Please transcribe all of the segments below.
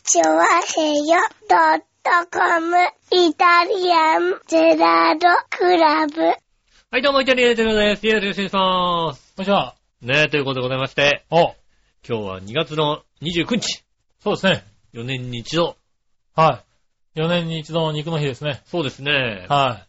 チョワヘヨ.com イタリアンゼラードクラブ。 はい、どうも、イタリアンゼラードです。よろしくお願いします。 こんにちは。 ねえ、ということでございまして。今日は2月の29日。 そうですね。 4年に一度。 はい。4年に一度の肉の日ですね。 そうですね。 はい。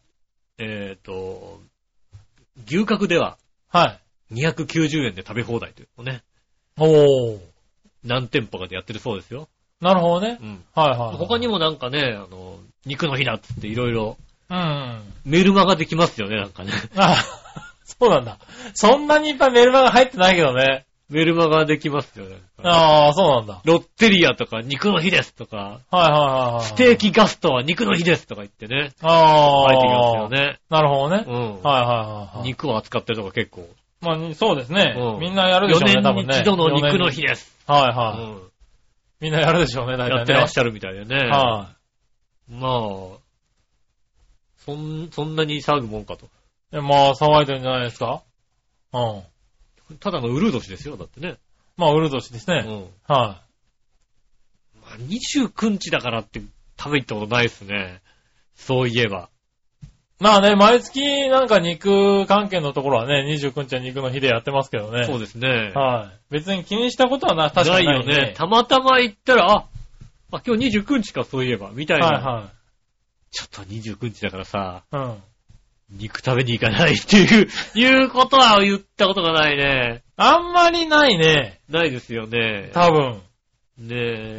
牛角では。 はい。 290円で食べ放題というのね。 おー。 何店舗かでやってるそうですよ。 なるほどね。 うん。 はいはい。 他にもなんかね、肉の日だっつっていろいろ。 うん。 メルマガできますよね、なんかね。 あ、そうなんだ。そんなにいっぱいメルマガ入ってないけどね。 メルマガできますよね。 ああ、そうなんだ。 ロッテリアとか肉の日ですとか。 はいはいはいはい。 ステーキガストは肉の日ですとか言ってね。 ああ。 入ってきますよね。 なるほどね。 うん。 はいはいはい。 肉を扱ってるとか結構。 まあ、そうですね。 うん、 みんなやるでしょうね、多分ね。 4年に一度の肉の日です。 はいはい。うん。みんなやるでしょうね、大体ね。 やってらっしゃるみたいでね。 はい。 まあ、そんなに騒ぐもんかと。 まあ、騒いでるんじゃないですか。うん。 ただのウルー年ですよ、だってね。 まあ、ウル年ですね。 うん。 はい。 まあ、29日だからって食べ行ったことないですね。そういえば。 まあね、毎月なんか肉関係のところはね、29日は肉の日でやってますけどね。 そうですね。 はい。別に気にしたことは確かにないよね。たまたま行ったら、今日29日か、そういえば、みたいな。 はいはい。 ちょっと29日だからさ、 うん。 肉食べに行かないっていうことは言ったことがないね。 あんまりないね。 ないですよね。 多分。 ねえ。 うん。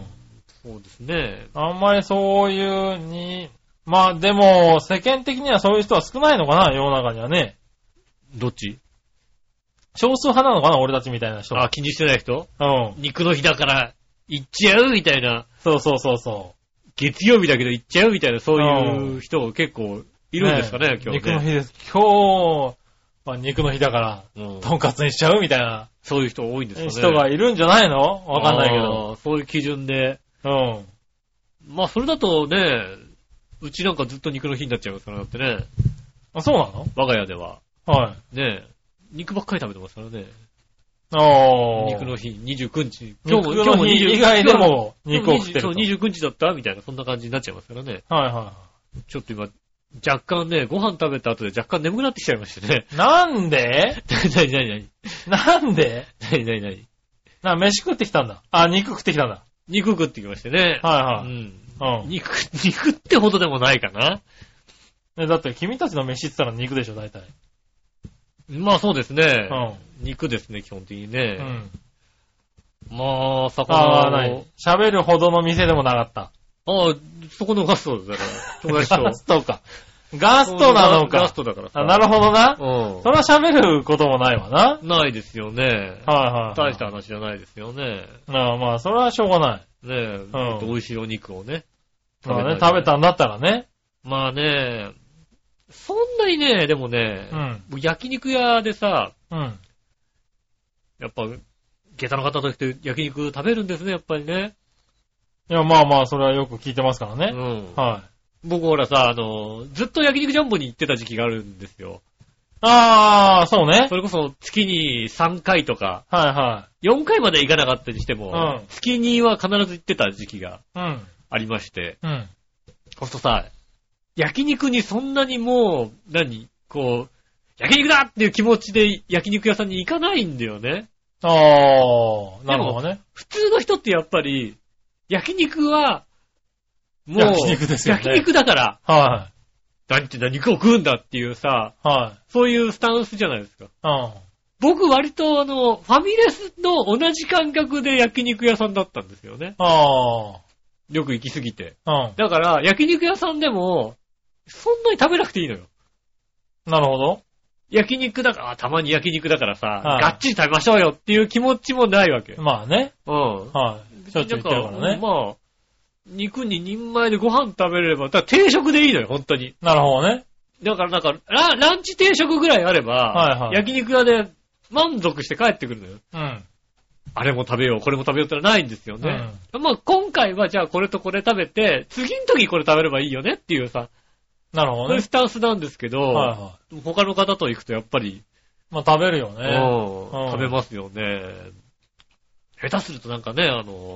そうですね。 あんまりそういうに、まあでも、世間的にはそういう人は少ないのかな、世の中にはね。 どっち？ 少数派なのかな、俺たちみたいな人。 気にしてない人？ うん。 肉の日だから行っちゃうみたいな。 そうそうそうそう。 月曜日だけど行っちゃうみたいな、そういう人結構いるんですかね、今日ね。 肉の日です。今日、まあ、肉の日だから、とんかつにしちゃうみたいな。 そういう人多いんですかね。 人がいるんじゃないの？わかんないけど。 そういう基準で。 うん。 まあ、それだとね、うちなんかずっと肉の日になっちゃいますから、だってね。 あ、そうなの？ 我が家では。 はい。 ね肉ばっかり食べてますからね。肉の日、29日。 今日も以外でも肉を食ってる。 そう、29日だったみたいな、そんな感じになっちゃいますからね。 はいはい。 ちょっと今、若干ね、ご飯食べた後で若干眠くなってきちゃいましてね。 なんで？ 何なんで？ 何飯食ってきたんだ。肉食ってきたんだ。 肉食ってきましてね。 はいはい。 うん。肉ってほどでもないかな。 だって君たちの飯って言ったら肉でしょ、大体。 まあそうですね。 うん。 肉ですね、基本的にね。 うん。 まあ、魚を。喋るほどの店でもなかった。 そこのガストだから。友達と。 ガストか。ガストなのか。 ガストだからさ。 なるほどな。 うん。 それは喋ることもないわな。 ないですよね。 はいはい。 大した話じゃないですよね。 まあ、それはしょうがない。 ねえ、うん。美味しいお肉をね。 食べたんだったらね。 まあね、そんなにね、でもね、 うん。 焼肉屋でさ、 うん。 やっぱ、下駄の方として焼肉食べるんですね、やっぱりね。 いや、まあまあ、それはよく聞いてますからね。 うん。 はい。 僕ほらさ、ずっと焼肉ジャンボに行ってた時期があるんですよ。 そうね。 それこそ月に3回とか、 はいはい。 4回まで行かなかったにしても、 うん。 月には必ず行ってた時期がありまして、 うん。 そうするとさ、焼肉にそんなにもう、焼肉だっていう気持ちで焼肉屋さんに行かないんだよね。 なるほどね。 普通の人ってやっぱり、焼肉は、もう、 焼肉ですよね。 焼肉だから、 はい。 何って肉を食うんだっていうさ、 はい。 そういうスタンスじゃないですか。 うん。 僕割とファミレスの同じ感覚で焼肉屋さんだったんですよね。よく行きすぎて。 うん。 だから、焼肉屋さんでも、そんなに食べなくていいのよ。 なるほど。 焼肉だから、たまに焼肉だからさ、がっちり食べましょうよっていう気持ちもないわけ。 まあね。 うん。 はい。しょっちゅう言ってるからね。 まあ、肉に人前でご飯食べれれば、だから定食でいいのよ、本当に。 なるほどね。 だからランチ定食ぐらいあれば、 はいはい、 焼肉屋で満足して帰ってくるのよ。 うん。 あれも食べよう、これも食べようってのはないんですよね。うん、まあ今回はじゃあこれとこれ食べて、次の時これ食べればいいよねっていうさ。 なるほどね。 そういうスタンスなんですけど、 はいはい、 他の方と行くとやっぱり、 まあ食べるよね。 食べますよね。下手するとなんかね、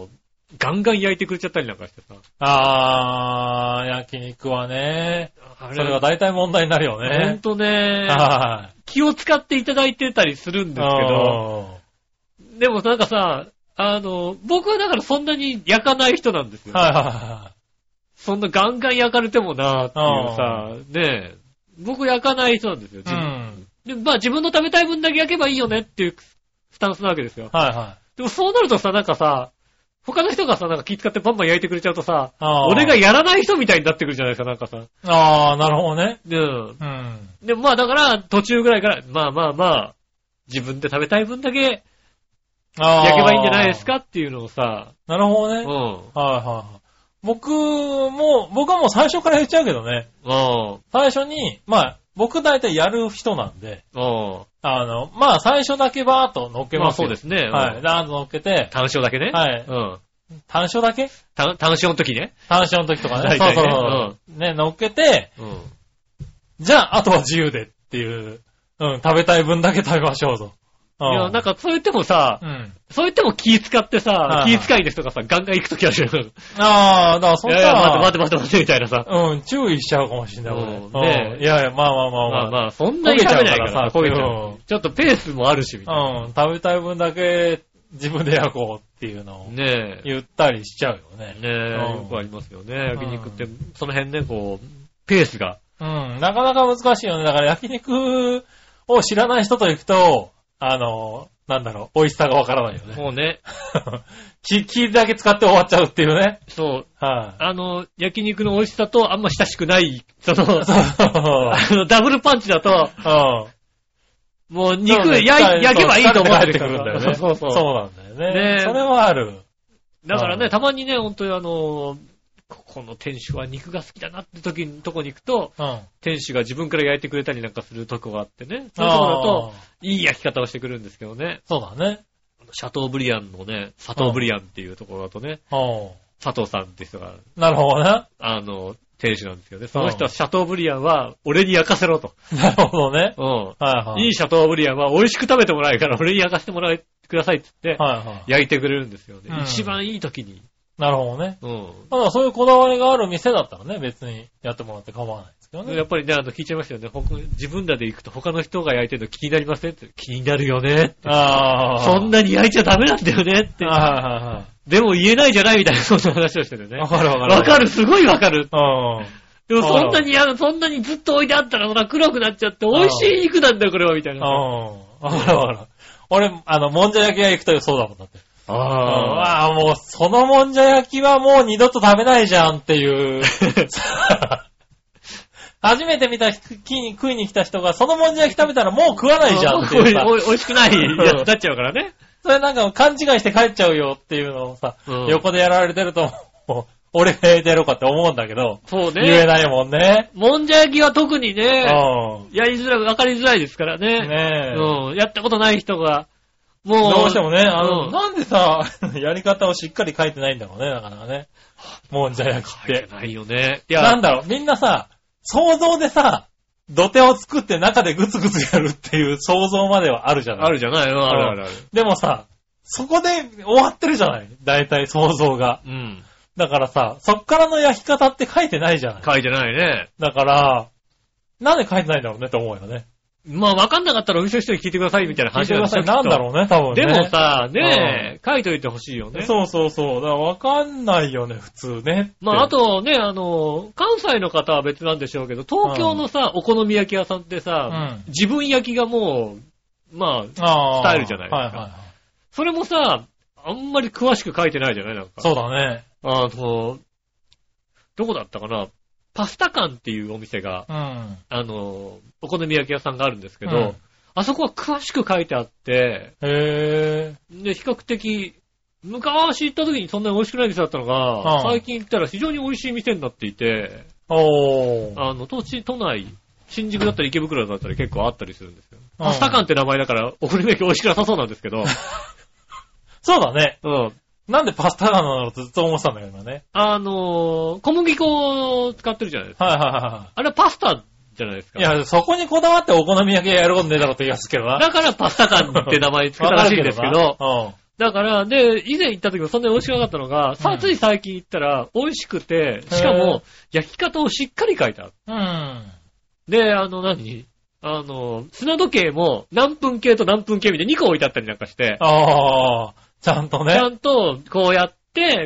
ガンガン焼いてくれちゃったりなんかしてさ。 焼肉はね、それは大体問題になるよね。 ほんとね、 はい。 気を使っていただいてたりするんですけど、でもなんかさ、僕はだからそんなに焼かない人なんですよ。 はいはいはい。 そんなガンガン焼かれてもなーっていうさ、ねえ、僕焼かない人なんですよ、でまあ自分の食べたい分だけ焼けばいいよねっていうスタンスなわけですよ。 はいはい。 でもそうなるとさ、なんかさ、他の人がさ、なんか気使ってバンバン焼いてくれちゃうとさ、俺がやらない人みたいになってくるじゃないですか、なんかさ。 なるほどね。 でもまあだから途中ぐらいから、まあ、自分で食べたい分だけ焼けばいいんじゃないですかっていうのをさ。 なるほどね。はいはい。僕はもう最初から言っちゃうけどね。最初に、まあ、僕大体やる人なんで、まあ最初だけバーっと乗っけますよ。 まあそうですね。 はい。ダーンと乗っけて。 単勝だけね。 はい。単勝だけ単勝の時ね。 単勝の時とかね。 そう。 ね、乗っけて、じゃあ、あとは自由でっていう、食べたい分だけ食べましょうと。いや、なんかそう言ってもさ、そう言っても気使ってさ、気遣いの人がさ、ガンガン行くときあるじゃん。 だからそんな。いや、 待てみたいなさ。 注意しちゃうかもしれないもんね。 いや、まあ、 そんなに食べないからさ、ちょっとペースもあるし、みたいな。 食べたい分だけ自分で焼こうっていうのを言ったりしちゃうよね。 よくありますよね。焼肉って、その辺ね、こう、ペースが。 なかなか難しいよね。だから焼肉を知らない人と行くと、なんだろう、美味しさがわからないよね。 もうね。 気だけ使って終わっちゃうっていうね。 そう。焼肉の美味しさとあんま親しくない、ダブルパンチだと、もう肉焼けばいいと思ってくるんだよね。 そうなんだよね。それはある。 だからね、たまにね、本当にここの店主は肉が好きだなってとこに行くと、店主が自分から焼いてくれたりなんかするとこがあってね。そういうとこだと、いい焼き方をしてくるんですけどね。 そうだね。 シャトーブリアンのね、佐藤ブリアンっていうところだとね、佐藤さんって人が、 なるほどね。 店主なんですよね。その人はシャトーブリアンは俺に焼かせろと。 なるほどね。 いいシャトーブリアンは美味しく食べてもらえるから俺に焼かせてもらってくださいって言って、焼いてくれるんですよね。一番いい時に。 なるほどね。ただそういうこだわりがある店だったらね、別にやってもらって構わないですけどね。 やっぱりね、聞いちゃいましたよね。自分らで行くと他の人が焼いてるの気になりませんって。気になるよねって。そんなに焼いちゃダメなんだよねって。でも言えないじゃないみたいなそんな話をしてるね。わかる、すごいわかる。でもそんなにずっと置いてあったらほら黒くなっちゃって美味しい肉なんだよこれはみたいな。 わかる。俺、もんじゃ焼き屋行くとそうだもんだって。もう、そのもんじゃ焼きはもう二度と食べないじゃんっていう。初めて見た食いに来た人が、そのもんじゃ焼き食べたらもう食わないじゃんっていうさ。 美味しくないやつなっちゃうからね。 それなんか勘違いして帰っちゃうよっていうのをさ、横でやられてると、俺が焼いてやろうかって思うんだけど。そうね。言えないもんね。 もんじゃ焼きは特にね、やりづらい、わかりづらいですからね。やったことない人が。もう。 どうしてもね、なんでさ、やり方をしっかり書いてないんだろうね、なかなかね。もんじゃ焼きって。 書いてないよね。 なんだろう、みんなさ、想像でさ、土手を作って中でグツグツやるっていう想像まではあるじゃない。 あるじゃないの、ある。 でもさ、そこで終わってるじゃない。大体想像が。だからさ、そっからの焼き方って書いてないじゃない。 書いてないね。 だから、なんで書いてないんだろうねって思うよね。 まあ、わかんなかったらお店の人に聞いてくださいみたいな話なんですよ。 なんだろうね、多分ね。 でもさ、ね書いといてほしいよね。 そう。だからわかんないよね、普通ね。 まあ、あとね、関西の方は別なんでしょうけど、東京のさ、お好み焼き屋さんってさ、自分焼きがもう、まあ、スタイルじゃないですか。それもさ、あんまり詳しく書いてないじゃないなんか。 そうだね。 どこだったかなパスタ館っていうお店が、お好み焼き屋さんがあるんですけど、あそこは詳しく書いてあって、で、比較的、昔行った時にそんなに美味しくない店だったのが、最近行ったら非常に美味しい店になっていて、都内、新宿だったり池袋だったり結構あったりするんですよ。パスタ館って名前だからお好み焼き美味しくなさそうなんですけど。 そうだね。なんでパスタなのってずっと思ってたんだけどね。 小麦粉を使ってるじゃないですか。あれはパスタじゃないですか。 いや、そこにこだわってお好み焼きやることねえだろって言いますけどな。 だからパスタ館って名前つけたらしいんですけど、 だから、で、以前行った時もそんなに美味しくなかったのが、つい最近行ったら美味しくて、しかも、焼き方をしっかり書いてある。で、砂時計も何分計と何分計みたいに2個置いてあったりなんかして。 ちゃんとね。 ちゃんと、こうやって、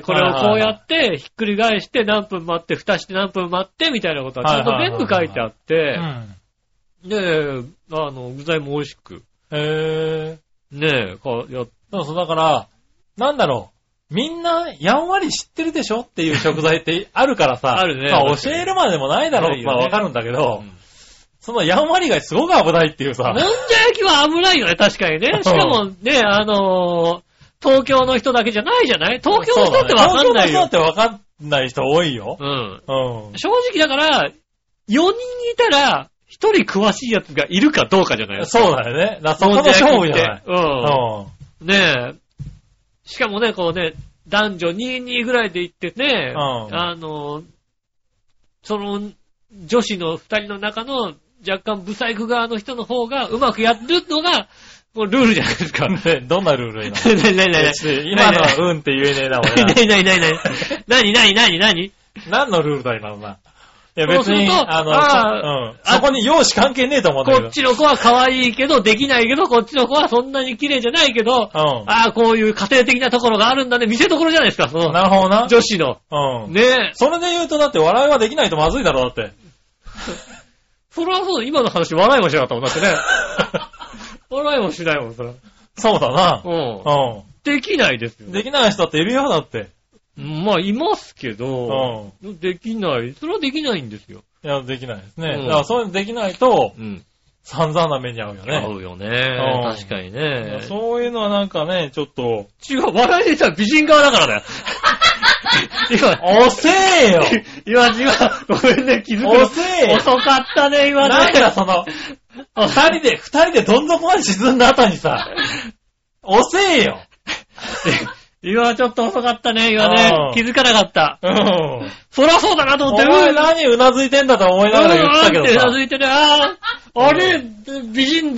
これをこうやって、ひっくり返して何分待って、蓋して何分待って、みたいなことはちゃんと全部書いてあって、で、具材も美味しく。ねえ、 そう、だから、なんだろう。みんな、やんわり知ってるでしょっていう食材ってあるからさ。 あるね。 まあ、教えるまでもないだろう。まあ、わかるんだけど、そのやんわりがすごく危ないっていうさ。 もんじゃ焼きは危ないよね、確かにね。しかもね、東京の人だけじゃないじゃない？東京の人ってわかんないよ。 東京の人ってわかんない人多いよ。 正直だから、4人いたら、1人詳しいやつがいるかどうかじゃないですか。 そうだよね。そこの勝負じゃない。 ねえ。しかもね、こうね、男女2ぐらいで行ってね、その、女子の2人の中の若干ブサイク側の人の方がうまくやるのが、もうルールじゃないですか。 ね、どんなルール今のはうんって言えねえな、俺な。 何何のルールだ、今のな。いや別に、そこに容姿関係ねえと思うんだけど。 こっちの子は可愛いけど、できないけど、こっちの子はそんなに綺麗じゃないけど、こういう家庭的なところがあるんだね、見せ所じゃないですか、 なるほどな。 女子の。ねえ。 それで言うと、だって笑いはできないとまずいだろ、だって。 それはそうだ、今の話笑いもしなかったもん、だってね。笑いもしないもん、それ。 そうだな。 できないですよ。 できない人だっているよ、だって。 まあ、いますけど、できない。それはできないんですよ。 いや、できないですね。だからそういうのできないと、散々な目に遭うよね。 合うよね。確かにね。 そういうのはなんかね、ちょっと。 違う、笑いでさ、美人側だからだよ。 遅えよ今、ごめんね、気づくの。 遅えよ遅かったね、今ね。 なんだ、その、二人でどん底まで沈んだ後にさ、遅えよ今はちょっと遅かったね、今ね。気づかなかった。そりゃそうだなと思って。 お前何うなずいてんだと思いながら言ってたけどさ。 うなずいてね、あれ、美人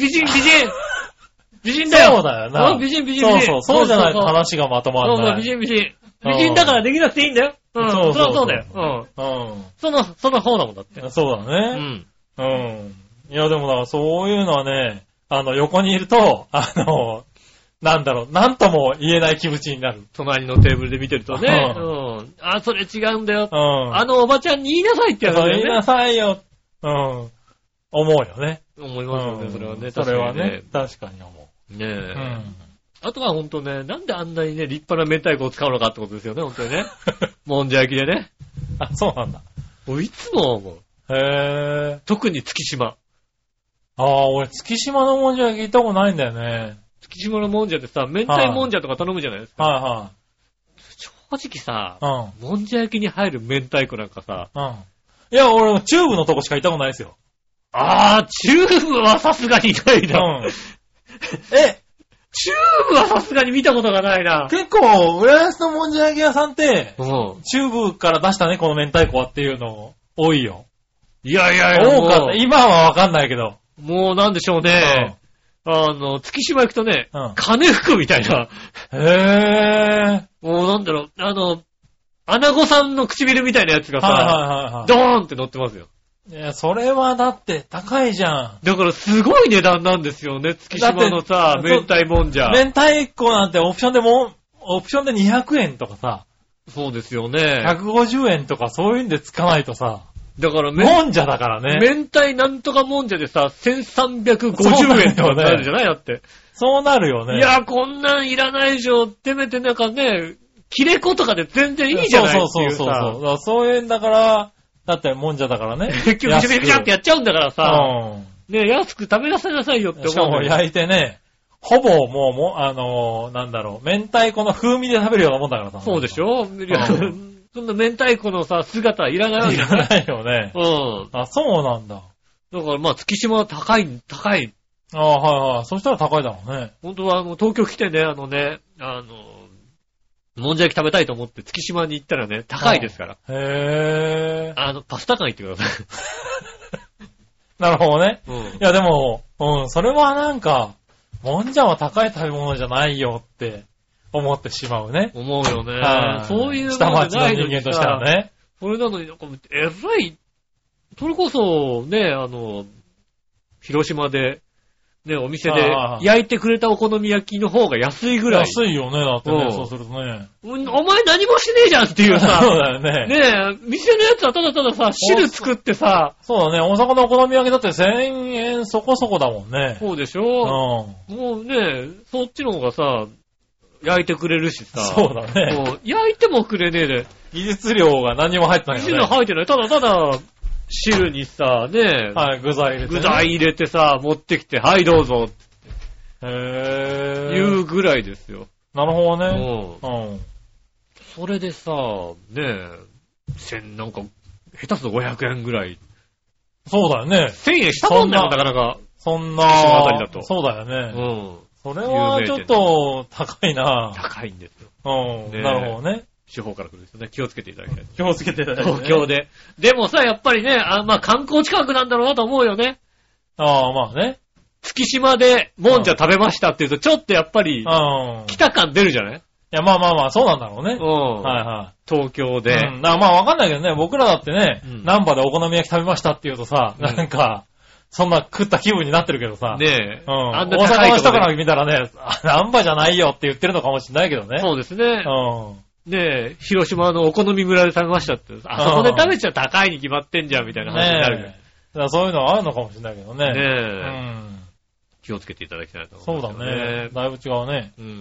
だよ。 そうだよな。 美人。 そうじゃないと話がまとまらない。 そう、美人。美人だからできなくていいんだよ。そうだよ。その方だもんだって。 そうだね。いやでもだ、そういうのはね、横にいると、なんだろう、なんとも言えない気持ちになる。 隣のテーブルで見てるとね。それ違うんだよ。おばちゃんに言いなさいってやつだよね。 言いなさいよ。思うよね。 思いますよね、それはね。 それはね、確かに思う。 ねえ。あとはほんとね、なんであんなにね、立派な明太子を使うのかってことですよね、ほんとにね。もんじゃ焼きでね。 そうなんだ。 いつも思う。特に月島。 俺月島のもんじゃ焼き行ったことないんだよね。 月島のもんじゃってさ、明太もんじゃとか頼むじゃないですか。正直さ、もんじゃ焼きに入る明太子なんかさ。 いや、俺、チューブのとこしか行ったことないですよ。 チューブはさすがにないな。チューブはさすがに見たことがないな。 結構、浦安のもんじゃ焼き屋さんって、チューブから出したね、この明太子はっていうの多いよ。 いや。 多かった。今はわかんないけど。 もうなんでしょうね。月島行くとね、金服みたいな。もうなんだろう、アナゴさんの唇みたいなやつがさ、ドーンって乗ってますよ。 いや、それはだって高いじゃん。 だからすごい値段なんですよね、月島のさ、明太もんじゃ。 明太子なんてオプションで200円とかさ。 そうですよね。 150円とかそういうんでつかないとさ。 だからもんじゃだからね。 明太なんとかもんじゃでさ、1350円とかなるじゃないだって。 そうなるよね。 いや、こんなんいらないでしょ。てめてなんかね、切れ子とかで全然いいじゃないですか。 そういうんだから、だってもんじゃだからね。 結局ビシビシってやっちゃうんだからさ。ね、安く食べなさいなさいよって思う。 しかも焼いてね、ほぼもう、なんだろう、明太子の風味で食べるようなもんだからさ。 そうでしょ？そんな明太子のさ、姿いらないわけじゃない。 いらないよね。そうなんだ。 だからまあ、月島は高い。 そしたら高いだろうね。 本当は東京来てね、もんじゃ焼き食べたいと思って月島に行ったらね、高いですから。パスタ館行ってください。 なるほどね。いやでも、それはなんか、もんじゃは高い食べ物じゃないよって思ってしまうね。 思うよね。そういう下町の人間としてはね。 それなのになんか、えらい、それこそね、広島で、ね、お店で焼いてくれたお好み焼きの方が安いぐらい。 安いよね、だってね、そうするとね。 お前何もしねえじゃんっていうさ。 そうだよね。 ねえ、店のやつはただたださ、汁作ってさ。 そうだね、大阪のお好み焼きだって1000円そこそこだもんね。 そうでしょ。もうね、そっちの方がさ、焼いてくれるしさ。 そうだね。 もう焼いてもくれねえで。 技術量が何も入ってないよね。 技術量入ってない。ただただ、汁にさ、ね、 はい、具材入れて、ね。 具材入れてさ、持ってきて、はいどうぞ。 へいうぐらいですよ。 なるほどね。うん。 それでさ、ねなんか、下手すと500円ぐらい。 そうだよね。 1000円したもんだよ、なかなか。 そんな、 あたりだと。 そうだよね。 うん。 それはちょっと高いな。 高いんですよ。 うん。なるほどね。 地方から来るんですよね。気をつけていただきたい。 気をつけていただきたい、ね。 東京で。でもさ、やっぱりね、まあ観光近くなんだろうなと思うよね。 ああ、まあね。 月島でもんじゃ食べましたって言うと、ちょっとやっぱり、来た感出るじゃない？いや、まあまあまあ、そうなんだろうね。 うん。 はいはい。 東京で。 うん。まあわかんないけどね、僕らだってね、南波でお好み焼き食べましたって言うとさ、なんか、そんな食った気分になってるけどさ。 ねえ。 うん。大阪の人から見たらね、南波じゃないよって言ってるのかもしれないけどね。 そうですね。 うん。 ねえ、広島のお好み村で食べましたって。あそこで食べちゃ高いに決まってんじゃんみたいな話になる。 ねえ。だからそういうのはあるのかもしれないけどね。 ねえ。 うん。 気をつけていただきたいと思います、ね。 そうだね。だいぶ違うね。 うん。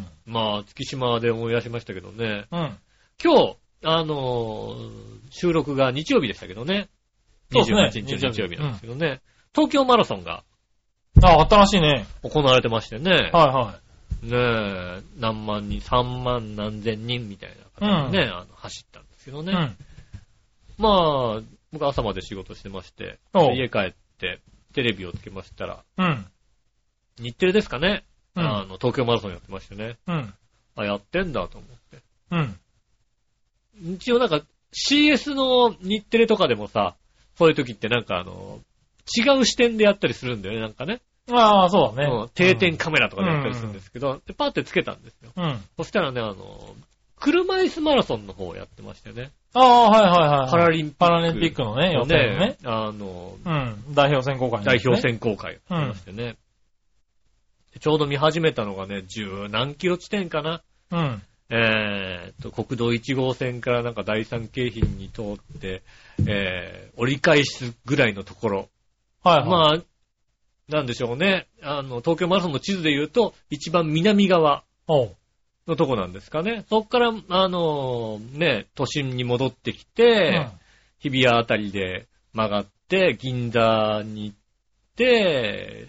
まあ、月島で思い出しましたけどね。 うん。 今日、収録が日曜日でしたけどね。28日の日曜日なんですけどね。東京マラソンが。 あ、新しいね。 行われてましてね。 はいはい。 ねえ、何万人、3万何千人みたいな方がね、走ったんですけどね。まあ、僕朝まで仕事してまして、家帰ってテレビをつけましたら、日テレですかね、東京マラソンやってましてね。あ、やってんだと思って。一応なんか CS の日テレとかでもさ、そういう時ってなんか違う視点でやったりするんだよね、なんかね。 ああ、そうだね。 定点カメラとかでやったりするんですけど、でパーってつけたんですよ。そしたらね、車椅子マラソンの方をやってましてね。 ああ、はいはいはい。 パラリンピックのね、予選ね。代表選考会、 ね。代表選考会やってましてね。ちょうど見始めたのがね、10何キロ地点かな。国道1号線からなんか第三京浜に通って、折り返すぐらいのところ。はいはい。まあ、なんでしょうね。東京マラソンの地図で言うと、一番南側のとこなんですかね。そっから、ね、都心に戻ってきて、日比谷あたりで曲がって、銀座に行って、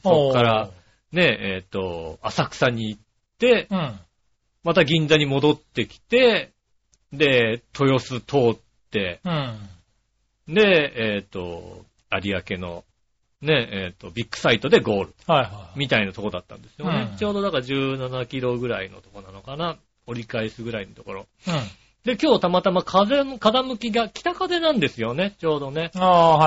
そっから、ね、浅草に行って、また銀座に戻ってきて、で、豊洲通って、で、有明の、ね、ビッグサイトでゴール。みたいなとこだったんですよね。ちょうどだから17キロぐらいのとこなのかな。折り返すぐらいのところ。で、今日たまたま風向きが北風なんですよね、ちょうどね。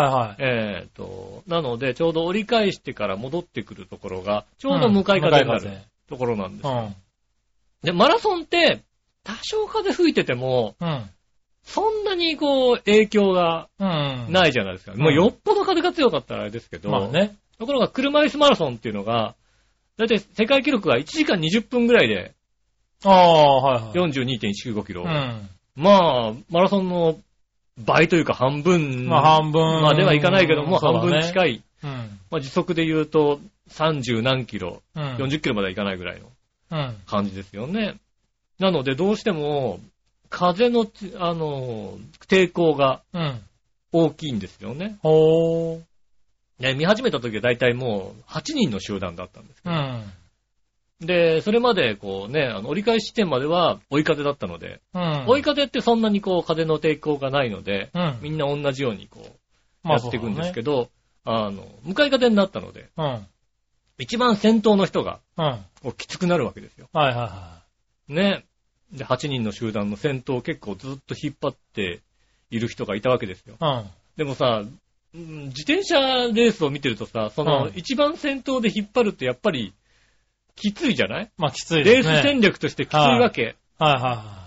なので、ちょうど折り返してから戻ってくるところが、ちょうど向かい風になるところなんですよ。で、マラソンって、多少風吹いてても、そんなに影響がないじゃないですか。もうよっぽど風が強かったらあれですけど、ところが車椅子マラソンっていうのが、だいたい世界記録が1時間20分ぐらいで、42.195 キロ。まあ、マラソンの倍というか半分まではいかないけども、半分近い。まあ、時速で言うと30何キロ、40キロまではいかないぐらいの感じですよね。なのでどうしても風の抵抗が大きいんですよね。見始めた時はだいたいもう8人の集団だったんですけど。で、それまで折り返し地点までは追い風だったので、追い風ってそんなに風の抵抗がないので、みんな同じようにやっていくんですけど、向かい風になったので、一番先頭の人が、きつくなるわけですよ。ね。で、8人の集団の先頭を結構ずっと引っ張っている人がいたわけですよ。でもさ、自転車レースを見てるとさ、その一番先頭で引っ張るってやっぱり、 きついじゃない？ まあきついですね。 レース戦略としてきついわけ。 はいはいはい。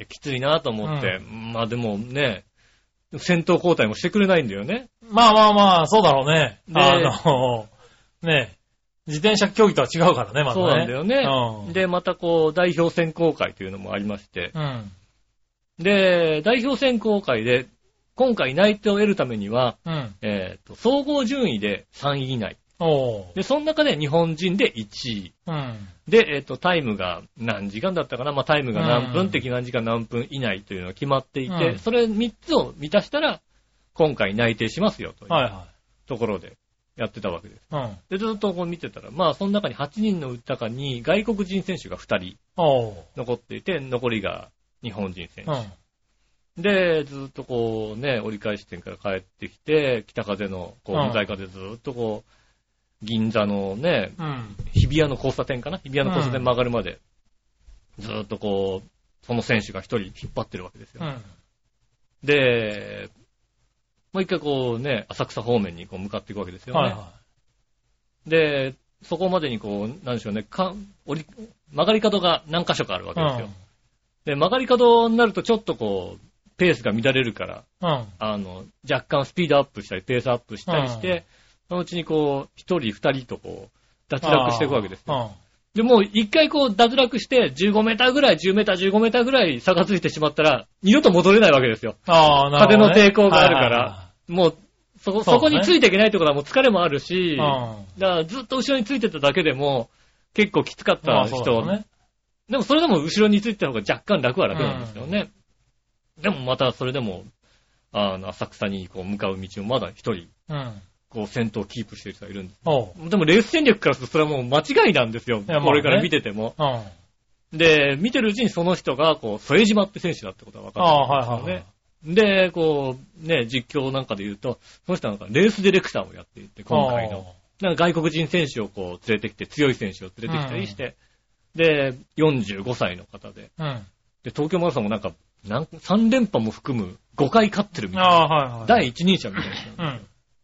きついなと思って。まあでもね、先頭交代もしてくれないんだよね。 まあまあまあ、そうだろうね。ね、自転車競技とは違うからね、まだね。 そうなんだよね。で、またこう、代表選考会というのもありまして。で、代表選考会で、今回内定を得るためには、総合順位で3位以内。で、その中で日本人で1位。で、タイムが何時間だったかな、まあ、タイムが何分、適何時間何分以内というのが決まっていて、それ3つを満たしたら、今回内定しますよというところでやってたわけです。で、ずっとこう見てたら、まあ、その中に8人の中に外国人選手が2人残っていて、残りが日本人選手。で、ずっとこうね、折り返し点から帰ってきて、北風のこう向かい風ずっとこう、銀座のね、日比谷の交差点かな、日比谷の交差点曲がるまで、ずっとこう、その選手が一人引っ張ってるわけですよ。で、もう一回こうね、浅草方面にこう向かっていくわけですよね。で、そこまでにこう、なんでしょうね、曲がり角が何箇所かあるわけですよ。で、曲がり角になるとちょっとこう、ペースが乱れるから、若干スピードアップしたり、ペースアップしたりして、そのうちにこう、一人二人とこう、脱落していくわけですよ。で、もう一回こう、脱落して15メーターぐらい、10メーター、15メーターぐらい差がついてしまったら、二度と戻れないわけですよ。風の抵抗があるから。もう、そこについていけないってことはもう疲れもあるし、だからずっと後ろについてただけでも、結構きつかった人、でもそれでも後ろについてた方が若干楽は楽なんですよね。でもまたそれでも、浅草にこう向かう道をまだ一人、こう先頭をキープしてる人がいるんです。でもレース戦略からするとそれはもう間違いなんですよ。これから見てても。で、見てるうちにその人が、こう、副島って選手だってことが分かったんですよね。で、こう、ね、実況なんかで言うと、その人はなんかレースディレクターをやっていて、今回の。なんか外国人選手をこう連れてきて、強い選手を連れてきたりして、で、45歳の方で。で、東京マラソンもなんか、3連覇も含む5回勝ってるみたいな。第一人者みたいな。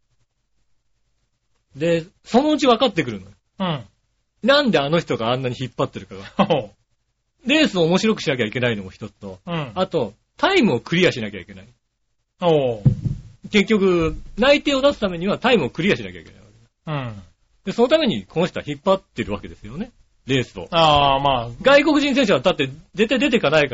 で、そのうち分かってくるの。なんであの人があんなに引っ張ってるかが。レースを面白くしなきゃいけないのも一つと、あと、タイムをクリアしなきゃいけない。結局、内定を出すためにはタイムをクリアしなきゃいけないわけ。で、そのためにこの人は引っ張ってるわけですよね。レースを。外国人選手はだって絶対出てかないから、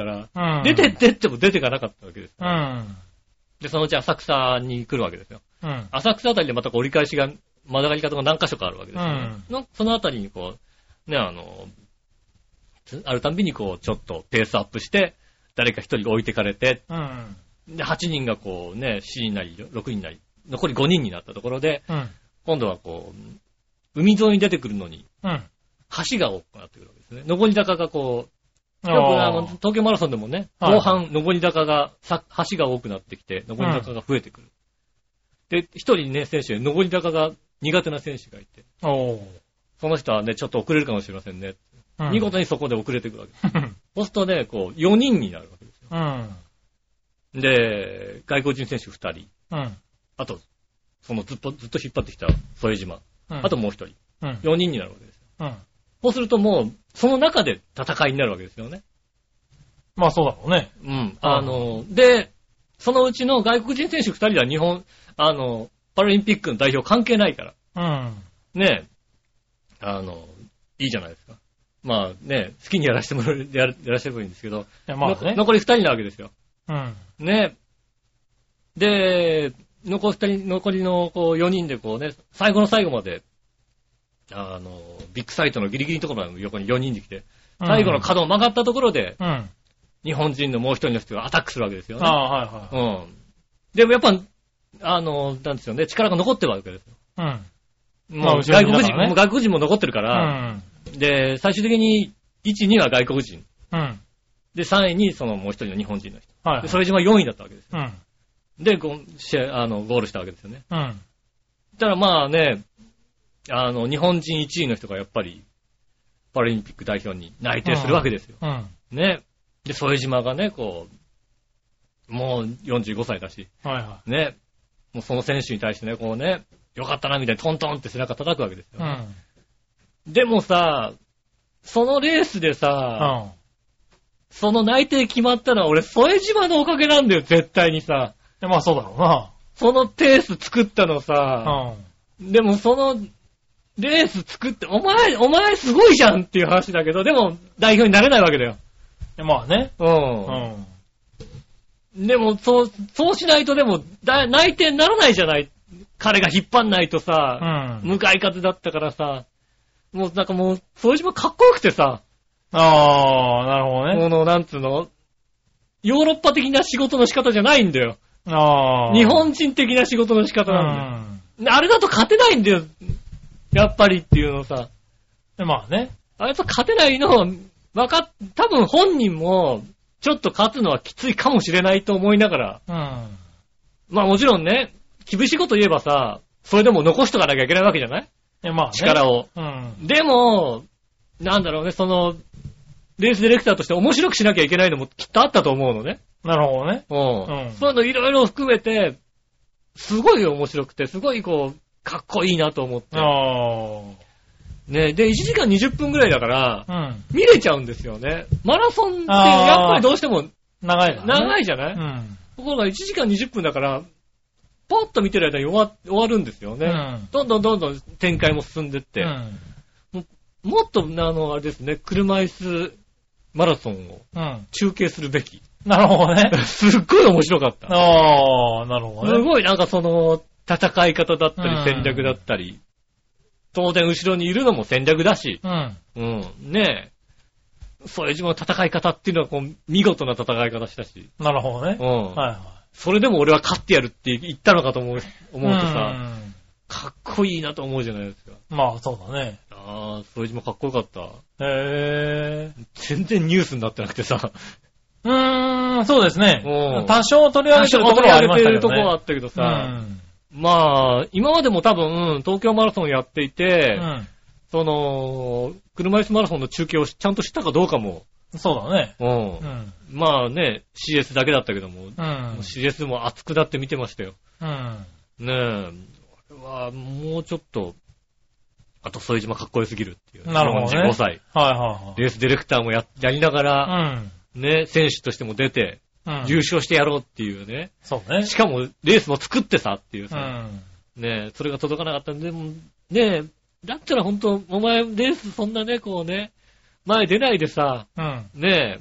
出てってっても出てかなかったわけです。で、そのうち浅草に来るわけですよ。浅草あたりでまた折り返しが、曲がり方が何箇所かあるわけですよね。そのあたりにこう、ね、あるたんびにこう、ちょっとペースアップして、誰か一人置いてかれて、で、8人がこうね、4人なり、6人なり、残り5人になったところで、今度はこう、海沿いに出てくるのに、橋が多くなってくるわけですね。上り坂がこう、よく東京マラソンでもね、後半上り坂が、橋が多くなってきて、上り坂が増えてくる。で、一人ね、選手で上り坂が苦手な選手がいて、その人はね、ちょっと遅れるかもしれませんね。見事にそこで遅れていくわけです。そうするとね、こう、4人になるわけですよ。で、外国人選手2人。あと、そのずっと引っ張ってきた副島。あともう1人。4人になるわけですよ。そうするともう、その中で戦いになるわけですよね。 まあそうだろうね。 で、そのうちの外国人選手2人は日本、パラリンピックの代表関係ないから。ねいいじゃないですか。まあね、好きにやらせてもらう、やらせてもいいんですけど、残り2人なわけですよ。ね。で、残りのこう4人でこうね、最後の最後まで、ビッグサイトのギリギリのところの横に4人で来て、最後の角を曲がったところで、日本人のもう一人の人がアタックするわけですよね。でもやっぱ、なんですよね、力が残ってるわけですよ。もう外国人も残ってるから、で、最終的に、1、2は外国人。で、3位にそのもう一人の日本人の人。で、それ島4位だったわけですよ。で、ゴールしたわけですよね。だからまあね、日本人1位の人がやっぱり、パラリンピック代表に内定するわけですよ。ね。で、副島がね、こう、もう45歳だし、ね。もうその選手に対してね、こうね、よかったなみたいにトントンって背中叩くわけですよ。でもさ、 そのレースでさ、その内定決まったのは俺、添島のおかげなんだよ、絶対にさ。 まあそうだろうな。 そのペース作ったのさ、でもそのレース作って、お前すごいじゃんっていう話だけど、でも代表になれないわけだよ。 まあね。 でも、そうしないとでも、内定にならないじゃない。彼が引っ張んないとさ、向かい風だったからさ、もうなんかもう、添島かっこよくてさ。 なるほどね。 この、なんつうの、ヨーロッパ的な仕事の仕方じゃないんだよ。日本人的な仕事の仕方なんだよ。あれだと勝てないんだよ。やっぱりっていうのさ。 まあね。 あれと勝てないのは、多分本人も、ちょっと勝つのはきついかもしれないと思いながら。まあもちろんね、厳しいこと言えばさ、それでも残しとかなきゃいけないわけじゃない？まあね、力を。でも、なんだろうね、その、レースディレクターとして面白くしなきゃいけないのもきっとあったと思うのね。 なるほどね。 そういうのいろいろ含めて、すごい面白くて、すごいこう、かっこいいなと思って。ね、で、1時間20分ぐらいだから、見れちゃうんですよね。マラソンってやっぱりどうしても長いじゃない？ところが1時間20分だから、ポッと見てる間に終わるんですよね。どんどん展開も進んでって。もっと、あれですね、車椅子マラソンを中継するべき。 なるほどね。 すっごい面白かった。 なるほどね。 すごいなんかその、戦い方だったり戦略だったり、当然後ろにいるのも戦略だし、ねえ、そういう戦い方っていうのはこう見事な戦い方したし。 なるほどね。 それでも俺は勝ってやるって言ったのかと思うとさ、かっこいいなと思うじゃないですか。 まあそうだね。 副島かっこよかった。全然ニュースになってなくてさ。 そうですね。多少取り上げてるところはありましたけどね。ところはあったけどさ、まあ、今までも多分、東京マラソンやっていて、その、車椅子マラソンの中継をちゃんと知ったかどうかも。 そうだね。 まあね、CS だけだったけども、CS も熱くなって見てましたよ。ねえ、これはもうちょっと、あと副島かっこよすぎるっていう。 なるほどね。 45歳。レースディレクターもやりながら、ね、選手としても出て、優勝してやろうっていうね。 そうね。 しかも、レースも作ってさっていうさ。ね、それが届かなかったんで、ね、だったら本当お前、レースそんなね、こうね、前出ないでさ、ね、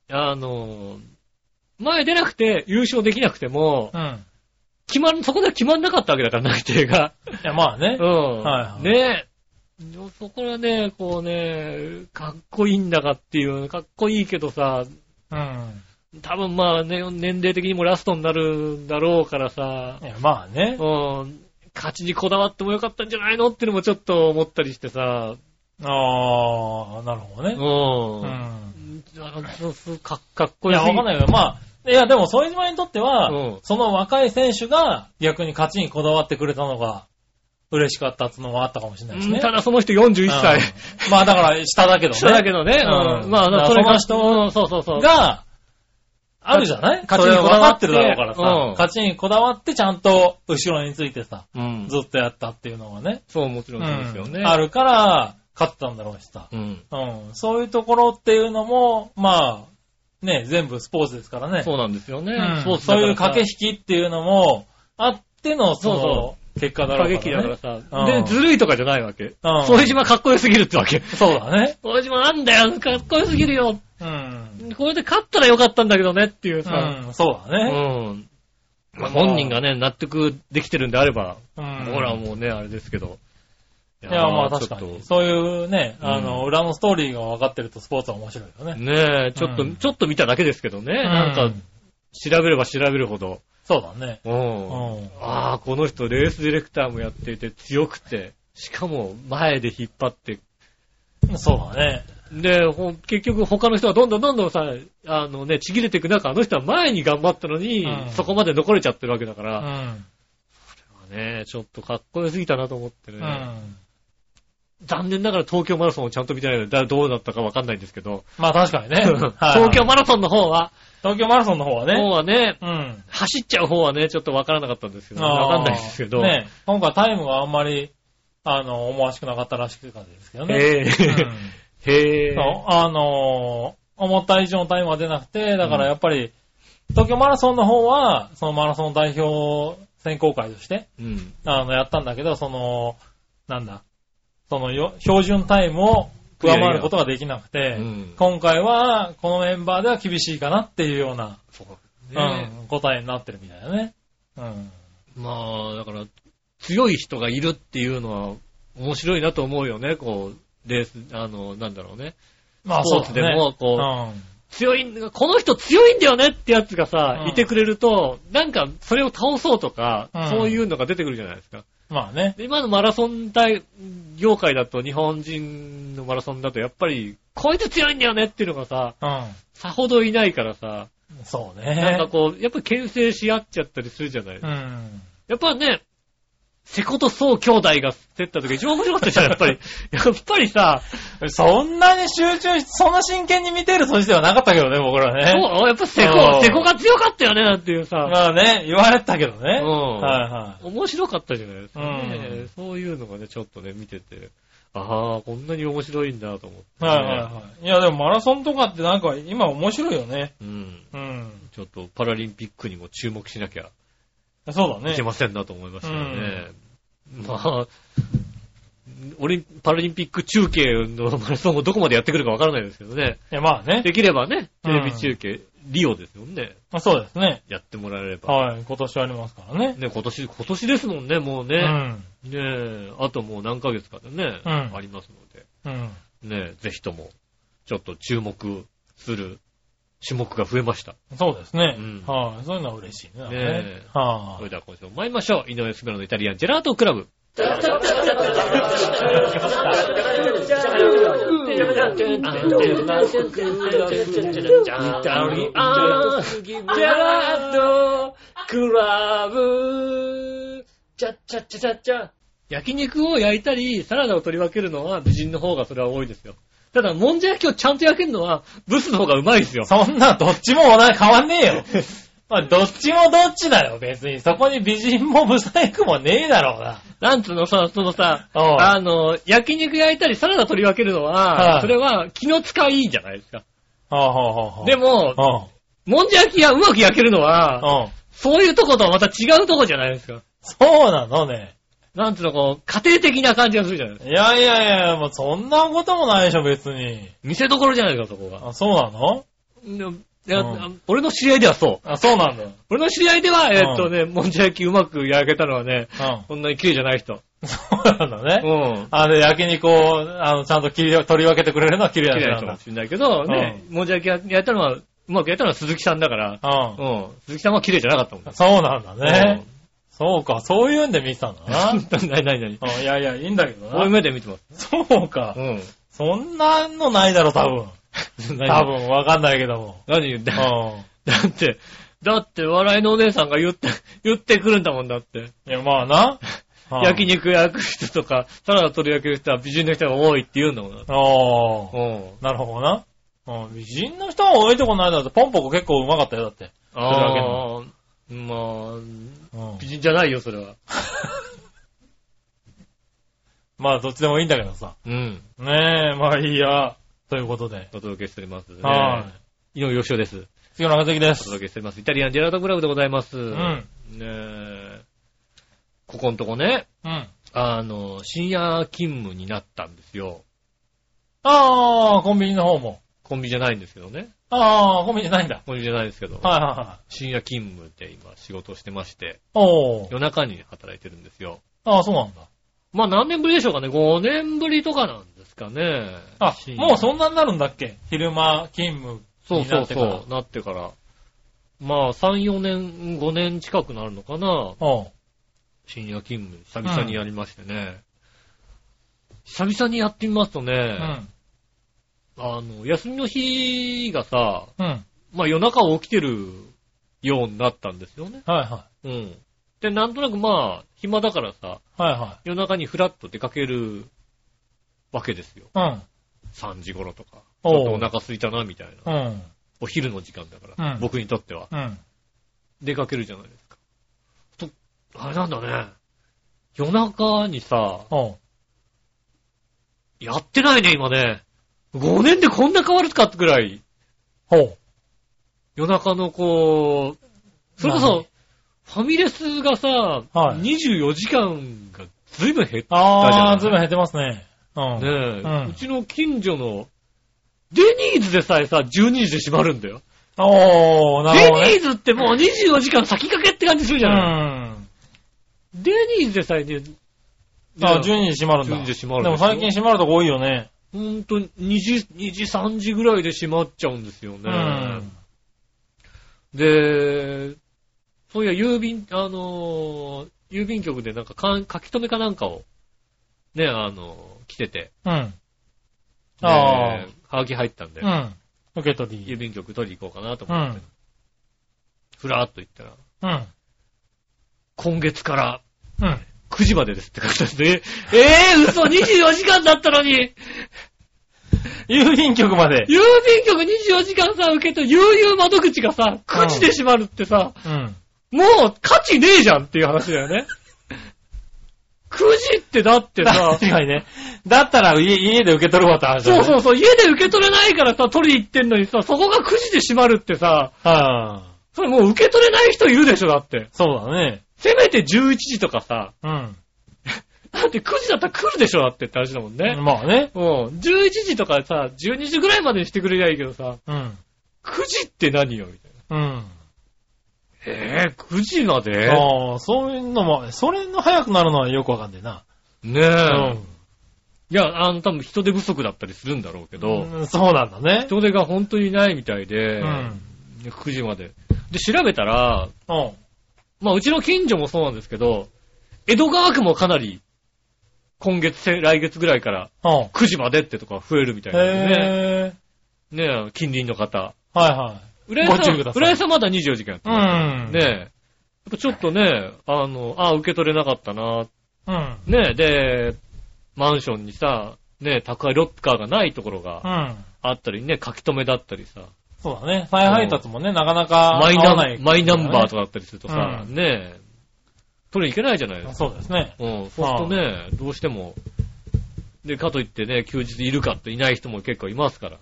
前出なくて優勝できなくても、そこでは決まんなかったわけだから、内定が。 いや、まあね。 ね、そこはね、こうね、かっこいいんだかっていう、かっこいいけどさ、多分まあね、年齢的にもラストになるんだろうからさ。 いや、まあね。 勝ちにこだわってもよかったんじゃないのっていうのもちょっと思ったりしてさ。 なるほどね。 かっこいい。 いや、わかんないけど、まあ、いや、でも、副島にとっては、その若い選手が逆に勝ちにこだわってくれたのが、嬉しかったっていうのもあったかもしれないですね。 ただその人41歳。 まあだから下だけどね。 下だけどね。まあ、 その人が、あるじゃない？勝ちにこだわってるだろうからさ。勝ちにこだわってちゃんと後ろについてさ、ずっとやったっていうのがね。 そう、もちろんそうですよね。 あるから、勝ってたんだろうしさ。そういうところっていうのも、まあ、ね、全部スポーツですからね。 そうなんですよね。 そういう駆け引きっていうのも、あっての、結果だろうから、ね。 過激だからさ。で、ずるいとかじゃないわけ。副島かっこよすぎるってわけ。 そうだね。 副島なんだよ、かっこよすぎるよ。これで勝ったらよかったんだけどねっていうさ。 そうだね。 まあ、本人がね、納得できてるんであれば、ほらもうね、あれですけど。 いや、まあ確かに。そういうね、裏のストーリーが分かってるとスポーツは面白いよね。 ねえ、ちょっと見ただけですけどね。なんか、調べれば調べるほど。 そうだね。 ああ、この人レースディレクターもやっていて強くて、しかも前で引っ張って。 そうだね。 で、結局他の人はどんどんさ、ちぎれていく中、あの人は前に頑張ったのに、そこまで残れちゃってるわけだから、それはね、ちょっとかっこよすぎたなと思ってね。残念ながら東京マラソンをちゃんと見てないので、どうだったかわかんないんですけど。 まあ確かにね。 東京マラソンの方はね。 走っちゃう方はね、ちょっとわからなかったんですけど、わかんないですけど。 ね、今回タイムがあんまり、思わしくなかったらしくてですけどね。 へぇー。 思った以上のタイムが出なくて、だからやっぱり、東京マラソンの方は、そのマラソン代表選考会として、やったんだけど、標準タイムを上回ることができなくて、今回は、このメンバーでは厳しいかなっていうような、答えになってるみたいだね。 まあ、だから、強い人がいるっていうのは、面白いなと思うよね、こう、レース、なんだろうね。まあ、スポーツでも、強い、この人強いんだよねってやつがさ、いてくれると、なんか、それを倒そうとか、そういうのが出てくるじゃないですか。 まあね。 今のマラソン業界だと、日本人のマラソンだと、やっぱり、こいつ強いんだよねっていうのがさ、さほどいないからさ、 そうね。 なんかこう、やっぱり牽制し合っちゃったりするじゃないですか。やっぱね、瀬古と宋兄弟が競った時一番面白かったじゃん、やっぱり。やっぱりさ、 そんなに集中して、そんな真剣に見てる年ではなかったけどね、僕らね。 そう、やっぱ瀬古が強かったよね、なんていうさ。 まあね、言われたけどね。 面白かったじゃないですかね。そういうのがね、ちょっとね、見てて、ああ、こんなに面白いんだと思って、 いや、でもマラソンとかってなんか今面白いよね。 ちょっとパラリンピックにも注目しなきゃ。 そうだね。 いけませんなと思いましたよね。まあ、パラリンピック中継のマラソンをどこまでやってくるかわからないですけどね。 いや、まあね。 できればね、テレビ中継、リオですよね。 そうですね。 やってもらえれば。 はい、今年ありますからね。 ね、今年ですもんね、もうね。ねあともう何ヶ月かでね、ありますので。ねぜひとも、ちょっと注目する種目が増えました。 そうですね。そういうのは嬉しいね。 それでは今週も参りましょう。井上すべのイタリアンジェラートクラブ。焼肉を焼いたり、サラダを取り分けるのは美人の方がそれは多いですよ。ただ、もんじゃ焼きをちゃんと焼けるのは、ブスの方がうまいですよ。 そんな、どっちも変わんねえよ。まあ、どっちもどっちだよ、別に。そこに美人もブサイクもねえだろうな。 なんつうのさ、焼肉焼いたりサラダ取り分けるのは、それは気の使いじゃないですか。でも、もんじゃ焼きがうまく焼けるのは、そういうとことはまた違うとこじゃないですか。 そうなのね。 なんつうの、こう、家庭的な感じがするじゃないですか。 いや、もうそんなこともないでしょ、別に。 見せ所じゃないですか、そこが。 そうなの？ いや、俺の知り合いではそう。 そうなんだ。 俺の知り合いでは、もんじゃ焼きうまく焼けたのはね、そんなに綺麗じゃない人。 そうなんだね。焼肉を、ちゃんと取り分けてくれるのは綺麗な人なんだ。 かもしれないけど、ね、もんじゃ焼き焼いたのは、うまく焼いたのは鈴木さんだから、鈴木さんは綺麗じゃなかったもん。 そうなんだね。そうか、そういうんで見てたんだな。 何いや、いいんだけどな。 こういう目で見てます。 そうか。そんなのないだろ、多分。わかんないけども。 何言って。だって、笑いのお姉さんが言ってくるんだもんだって。 いや、まあな。 焼肉焼く人とか、サラダ取り分ける人は美人の人が多いって言うんだもんだって。 なるほどな。美人の人が多いとこないだって、ポンポコ結構うまかったよ、だって。 まあ、美人じゃないよ、それは。 まあ、どっちでもいいんだけどさ。ねえ、まあいいや。ということで。 お届けしておりますね。井上義雄です。 杉村和之です。 お届けしております。イタリアンジェラートクラブでございます。ねえ。ここんとこね。深夜勤務になったんですよ。 コンビニの方も。 コンビニじゃないんですけどね。 コンビニじゃないんだ。 コンビニじゃないですけど。深夜勤務で今仕事をしてまして。夜中に働いてるんですよ。 そうなんだ。 まあ何年ぶりでしょうかね。5年ぶりとかなんですかね。 もうそんなになるんだっけ？昼間勤務になってから。 そう、なってから。まあ3、4年、5年近くなるのかな。深夜勤務、久々にやりましてね。久々にやってみますとね、休みの日がさ、まあ夜中起きてるようになったんですよね。で、なんとなくまあ、暇だからさ、夜中にフラッと出かけるわけですよ。3時頃とか。ちょっとお腹空いたな、みたいな。お昼の時間だから、僕にとっては。出かけるじゃないですか。あれなんだね。夜中にさ、やってないね、今ね。 5年でこんな変わるかってくらい。 ほう。 夜中のこう、それこそ、ファミレスがさ、はい、24時間がずいぶん減ったじゃん。 ああ、ずいぶん減ってますね。 うん。ねえ、うちの近所の、デニーズでさえさ、12時で閉まるんだよ。 おー、なるほど、ね。 デニーズってもう24時間先駆けって感じするじゃない。デニーズでさえね、 あ、12時閉まるんだ。 12時閉まる。 でも最近閉まるとこ多いよね。 ほんと、2時、3時ぐらいで閉まっちゃうんですよね。で、そういや、郵便局でなんか書き留めかなんかを、ね、来てて。うん。ああ。はがき入ったんで。うん。 受け取り。 郵便局取り行こうかなと思って。ふらーっと行ったら。うん。今月から、うん。9時までですって書いてあって、嘘 !24 時間だったのに郵便局まで。 郵便局24時間さ、受け取り、悠々窓口がさ、9時で閉まるってさ、うん。もう価値ねえじゃんっていう話だよね。9時ってだってさ、 確かにね。だったら家で受け取るわって話だよね。そうそうそう、家で受け取れないからさ、取り行ってんのにさ、そこが9時で閉まるってさ、それもう受け取れない人いるでしょ、だって。 そうだね。 せめて11時とかさ、うん。だって9時だったら来るでしょ、だってって話だもんね。 まあね。 うん。11時とかさ、12時ぐらいまでにしてくれりゃいいけどさ、うん。9時って何よ、みたいな。うん。9時まで？ ああ、そういうのも、それの早くなるのはよくわかんねえな。 ねえ。うん。いや、多分人手不足だったりするんだろうけど。 そうなんだね。 人手が本当にないみたいで、うん。9時まで。で、調べたら、うん。まあ、うちの近所もそうなんですけど、江戸川区もかなり、来月ぐらいから、9時までってとか増えるみたいなんでね。ねえ、近隣の方。 はいはい。 浦安はまだ24時間やってます。ねえ。やっぱちょっとね、受け取れなかったな。うん。ねえ、で、マンションにさ、ねえ、宅配ロッカーがないところがあったりね、書き留めだったりさ。 そうだね。再配達もね、なかなかマイナンバーとかだったりするとさ、ねえ、取りに行けないじゃないですか。 そうですね。 うん。そうするとね、どうしても、で、かといってね、休日いるかっていない人も結構いますから。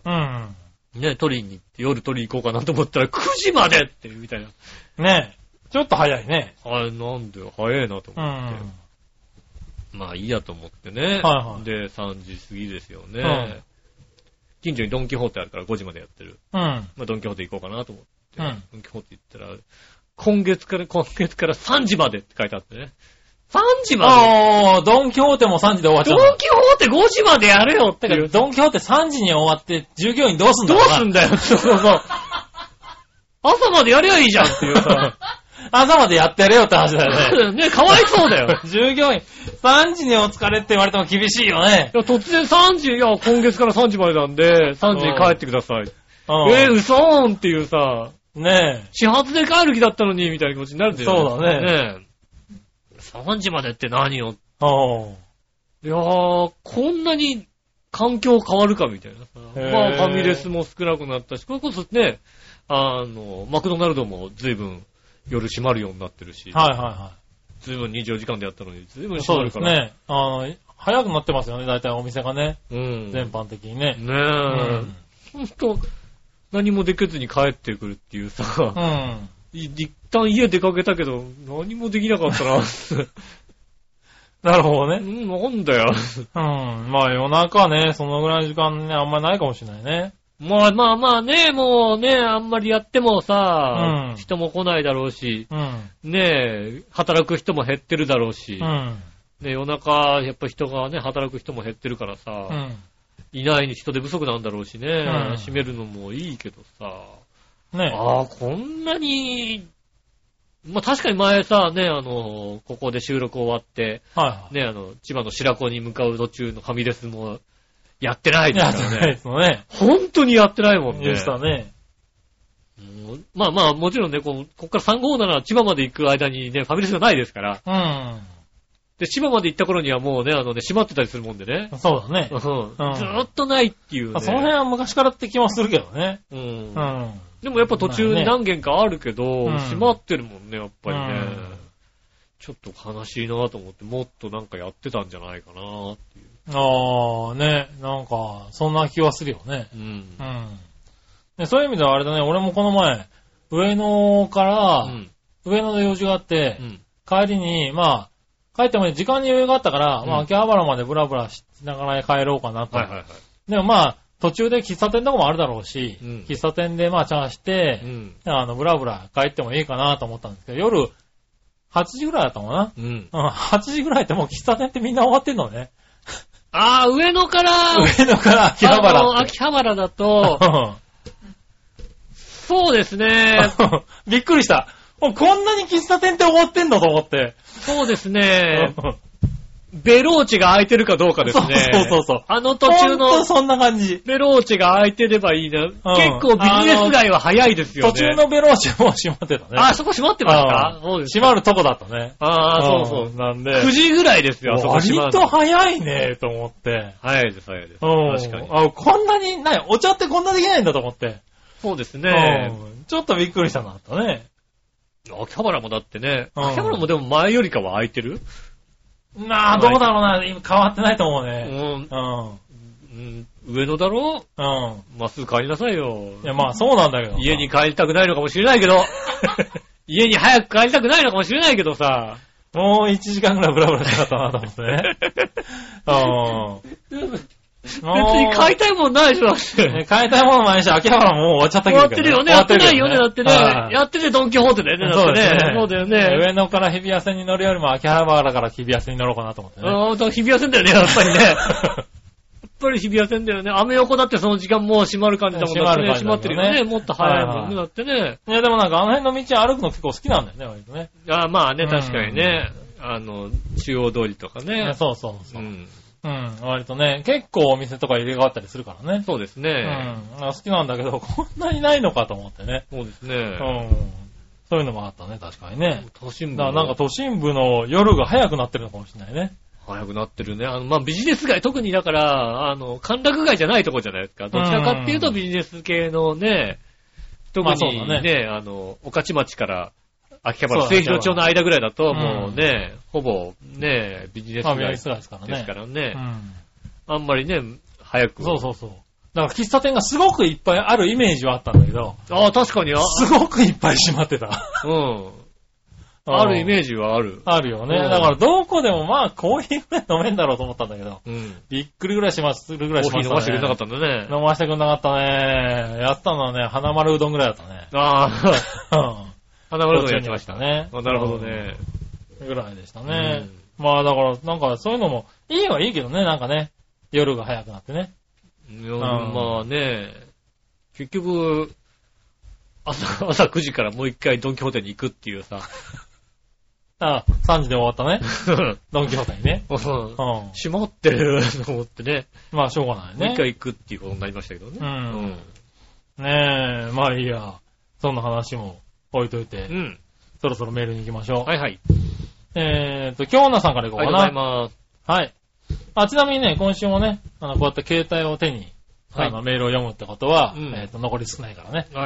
うん。ね、取りに行って、夜取りに行こうかなと思ったら9時までっていうみたいな。 ねえ。ちょっと早いね。 なんでよ、早いなと思って。まあいいやと思ってね。はいはい。で、3時過ぎですよね。うん。近所にドンキホーテあるから5時までやってる。うん。まあドンキホーテ行こうかなと思って。うん。ドンキホーテ行ったら、今月から3時までって書いてあってね。3時まで。 ああ、ドンキホーテも3時で終わっちゃう。 ドンキホーテ5時までやれよっていう。 ドンキホーテ3時に終わって従業員どうすんだよ。 どうすんだよ。そうそう。朝までやればいいじゃんっていうさ。 朝までやってやれよって話だよね。ね、かわいそうだよ。 従業員、3時にお疲れって言われても厳しいよね。 いや、突然3時、いや、今月から3時までなんで、3時に帰ってください。嘘ーんっていうさ。 ねえ。 始発で帰る気だったのに、みたいな気持ちになるでしょ。 そうだね。 ねえ。3時までって何よ。いやー、こんなに環境変わるかみたいなさ。まあ、ファミレスも少なくなったし、これこそね、マクドナルドも随分夜閉まるようになってるし。 はいはいはい。 随分24時間でやったのに、随分閉まるから。 そうですね。早くなってますよね、大体お店がね。うん。全般的にね。 ねえ。ほんと、何もできずに帰ってくるっていうさ。うん。一旦家出かけたけど、何もできなかったな。 なるほどね。 なんだよ。 うん。まあ夜中ね、そのぐらいの時間ね、あんまりないかもしれないね。 まあね、もうね、あんまりやってもさ、うん、人も来ないだろうし、うん、ね、働く人も減ってるだろうし、うん、ね、夜中、やっぱ人がね、働く人も減ってるからさ、うん、いないに人手不足なんだろうしね、閉めるのもいいけどさ、ね、こんなに、まあ確かに前さ、ね、ここで収録終わって、はいはい、ね、千葉の白子に向かう途中のファミレスもやってないですからね。やってないですね。本当にやってないもんね。 でしたね。 まあもちろんね、こっから357千葉まで行く間にね、ファミレスがないですから。うん。で、千葉まで行った頃にはもうね、閉まってたりするもんでね。 そうだね。 うん。ずーっとないっていうね。 その辺は昔からって気もするけどね。うん。うん。 でもやっぱ途中に何軒かあるけど、閉まってるもんね、やっぱりね。ちょっと悲しいなと思って、もっとなんかやってたんじゃないかなっていう。 ね、なんか、そんな気はするよね。うん。でそういう意味ではあれだね、俺もこの前、上野から、上野で用事があって、帰りに、まあ、帰ってもね、時間に余裕があったから、まあ、秋葉原までブラブラしながら帰ろうかなと。でもまあ、途中で喫茶店とかもあるだろうし、喫茶店でまあ、チャーして、ブラブラ帰ってもいいかなと思ったんですけど、夜、8時ぐらいだったのかな8時ぐらいってもう喫茶店ってみんな終わってんのね。 上野から秋葉原。 秋葉原だと、そうですね。 びっくりした。もうこんなに喫茶店って終わってんのと思って。 そうですね。ベローチが空いてるかどうかですね。 そう。 途中の、 そんな感じ。 ベローチが空いてればいいな。結構ビジネス街は早いですよね。 途中のベローチもう閉まってたね。 そこ閉まってましたそうです。閉まるとこだったね。 そう。なんで。9時ぐらいですよ、そこ閉まる。 割と早いね、と思って。 早いです。確かに。こんなに、お茶ってこんなできないんだと思って。 そうですね。 ちょっとびっくりしたなとね。 秋葉原もだってね。秋葉原もでも前よりかは空いてる？ どうだろうな。今変わってないと思うね。 上野だろ？まっすぐ帰りなさいよ。 いや、まあそうなんだけど。 家に帰りたくないのかもしれないけど。家に早く帰りたくないのかもしれないけどさ。 もう1時間ぐらいブラブラしたかったなと思ってね。 別に買いたいもんないでしょ、 買いたいものもないし、秋葉原もう終わっちゃったけど。 終わってるよね、やってないよね、だってね。やっててドンキホーテだよね、だってね。そうだよね。 上野から日比谷線に乗るよりも秋葉原から日比谷線に乗ろうかなと思ってね。 日比谷線だよね、やっぱりね。やっぱり日比谷線だよね。アメ横だってその時間もう閉まる感じだもんね。閉まってるよね。もっと早いもんね、だってね。 いや、でもなんかあの辺の道歩くの結構好きなんだよね、割とね。 まあね、確かにね。中央通りとかね。 そう。割とね、結構お店とか入れ替わったりするからね。 そうですね。 好きなんだけど、こんなにないのかと思ってね。 そうですね。 そういうのもあったね、確かにね。 都心部。 なんか都心部の夜が早くなってるのかもしれないね。 早くなってるね。ビジネス街、特にだから、歓楽街じゃないとこじゃないですか。どちらかっていうとビジネス系のね、特にね、御徒町から、秋葉原、末広町の間ぐらいだと、もうね、ほぼね、ビジネス街ですからね。あんまりね、早く。 そう。だから喫茶店がすごくいっぱいあるイメージはあったんだけど。 確かに。 すごくいっぱい閉まってた。 あるイメージはある。 あるよね。だからどこでもまあコーヒーぐらい飲めんだろうと思ったんだけど。びっくりぐらいしまするぐらいしましたね。 コーヒー飲ませてくれなかったんだね。 飲ませてくれなかったね。やったのはね、花丸うどんぐらいだったね。 花丸うどんやってましたね。なるほどね。 ぐらいでしたね。まあだから、なんかそういうのも、いいはいいけどね、なんかね。夜が早くなってね。 まあね、結局、朝9時からもう一回ドンキホーテに行くっていうさ。 3時で終わったね。ドンキホーテにね。 閉まってると思ってね。 まあしょうがないね。 もう一回行くっていうことになりましたけどね。 ねえ、まあいいや。そんな話も置いといて。そろそろメールに行きましょう。 はい。 京女さんから行こうかな。 ありがとうございます。 はい。ちなみにね、今週もね、こうやって携帯を手に、メールを読むってことは、残り少ないからね。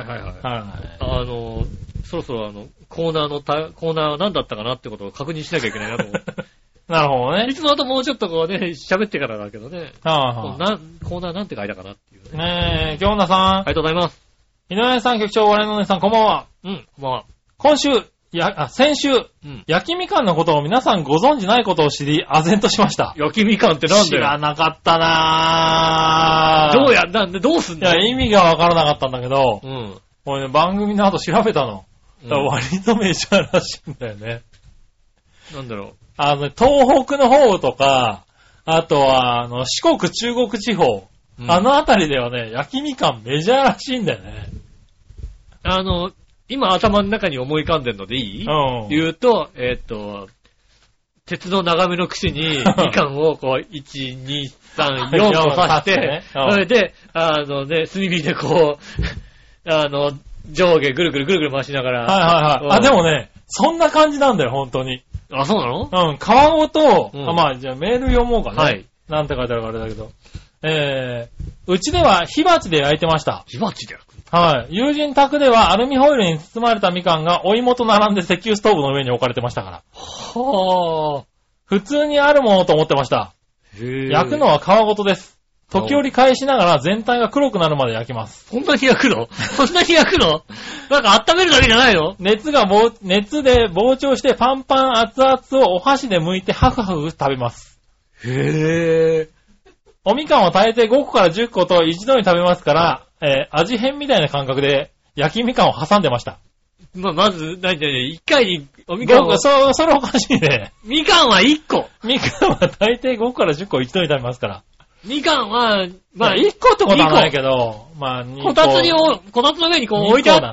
そろそろコーナーは何だったかなってことを確認しなきゃいけないなと思って。 なるほどね。 いつもあともうちょっとこうね、喋ってからだけどね。コーナーなんて書いたかなっていうね。 ねえ、京女さん。 ありがとうございます。 井上さん、局長、我々のお姉さん、こんばんは。 こんばんは。 先週、焼きみかんのことを皆さんご存知ないことを知り、唖然としました。 焼きみかんってなんだよ。 知らなかったなぁ。 どうすんの？ いや、意味がわからなかったんだけど、俺ね、番組の後調べたの。割とメジャーらしいんだよね。 なんだろう。 東北の方とか、あとは、四国、中国地方、あの辺りではね、焼きみかんメジャーらしいんだよね。 今頭の中に思い浮かんでるのでいい？言うと、鉄の長めの串にみかんをこう、1、2、3、4と刺して、それで、炭火でこう、上下ぐるぐる回しながら。 でもね、そんな感じなんだよ、本当に。 そうなの？ 皮ごと、まあ、じゃあメール読もうかね。なんて書いてあるかあれだけど。うちでは火鉢で焼いてました。 火鉢で焼く？ 友人宅ではアルミホイルに包まれたみかんがお芋と並んで石油ストーブの上に置かれてましたから。普通にあるものと思ってました。 焼くのは皮ごとです。時折返しながら全体が黒くなるまで焼きます。 そんなに焼くのなんか温めるだけじゃないの？ 熱で膨張してパンパン熱々をお箸で剥いてハフハフ食べます。 へぇー。 おみかんは大抵5個から10個と一度に食べますから、味変みたいな感覚で焼きみかんを挟んでました。 まず、一回におみかんを。 それおかしいね。 みかんは1個。 みかんは大抵5個から10個一度に食べますから。 みかんは、 まあ1個ってことはないけど、まあ2個。 こたつの上にこう置いてあって、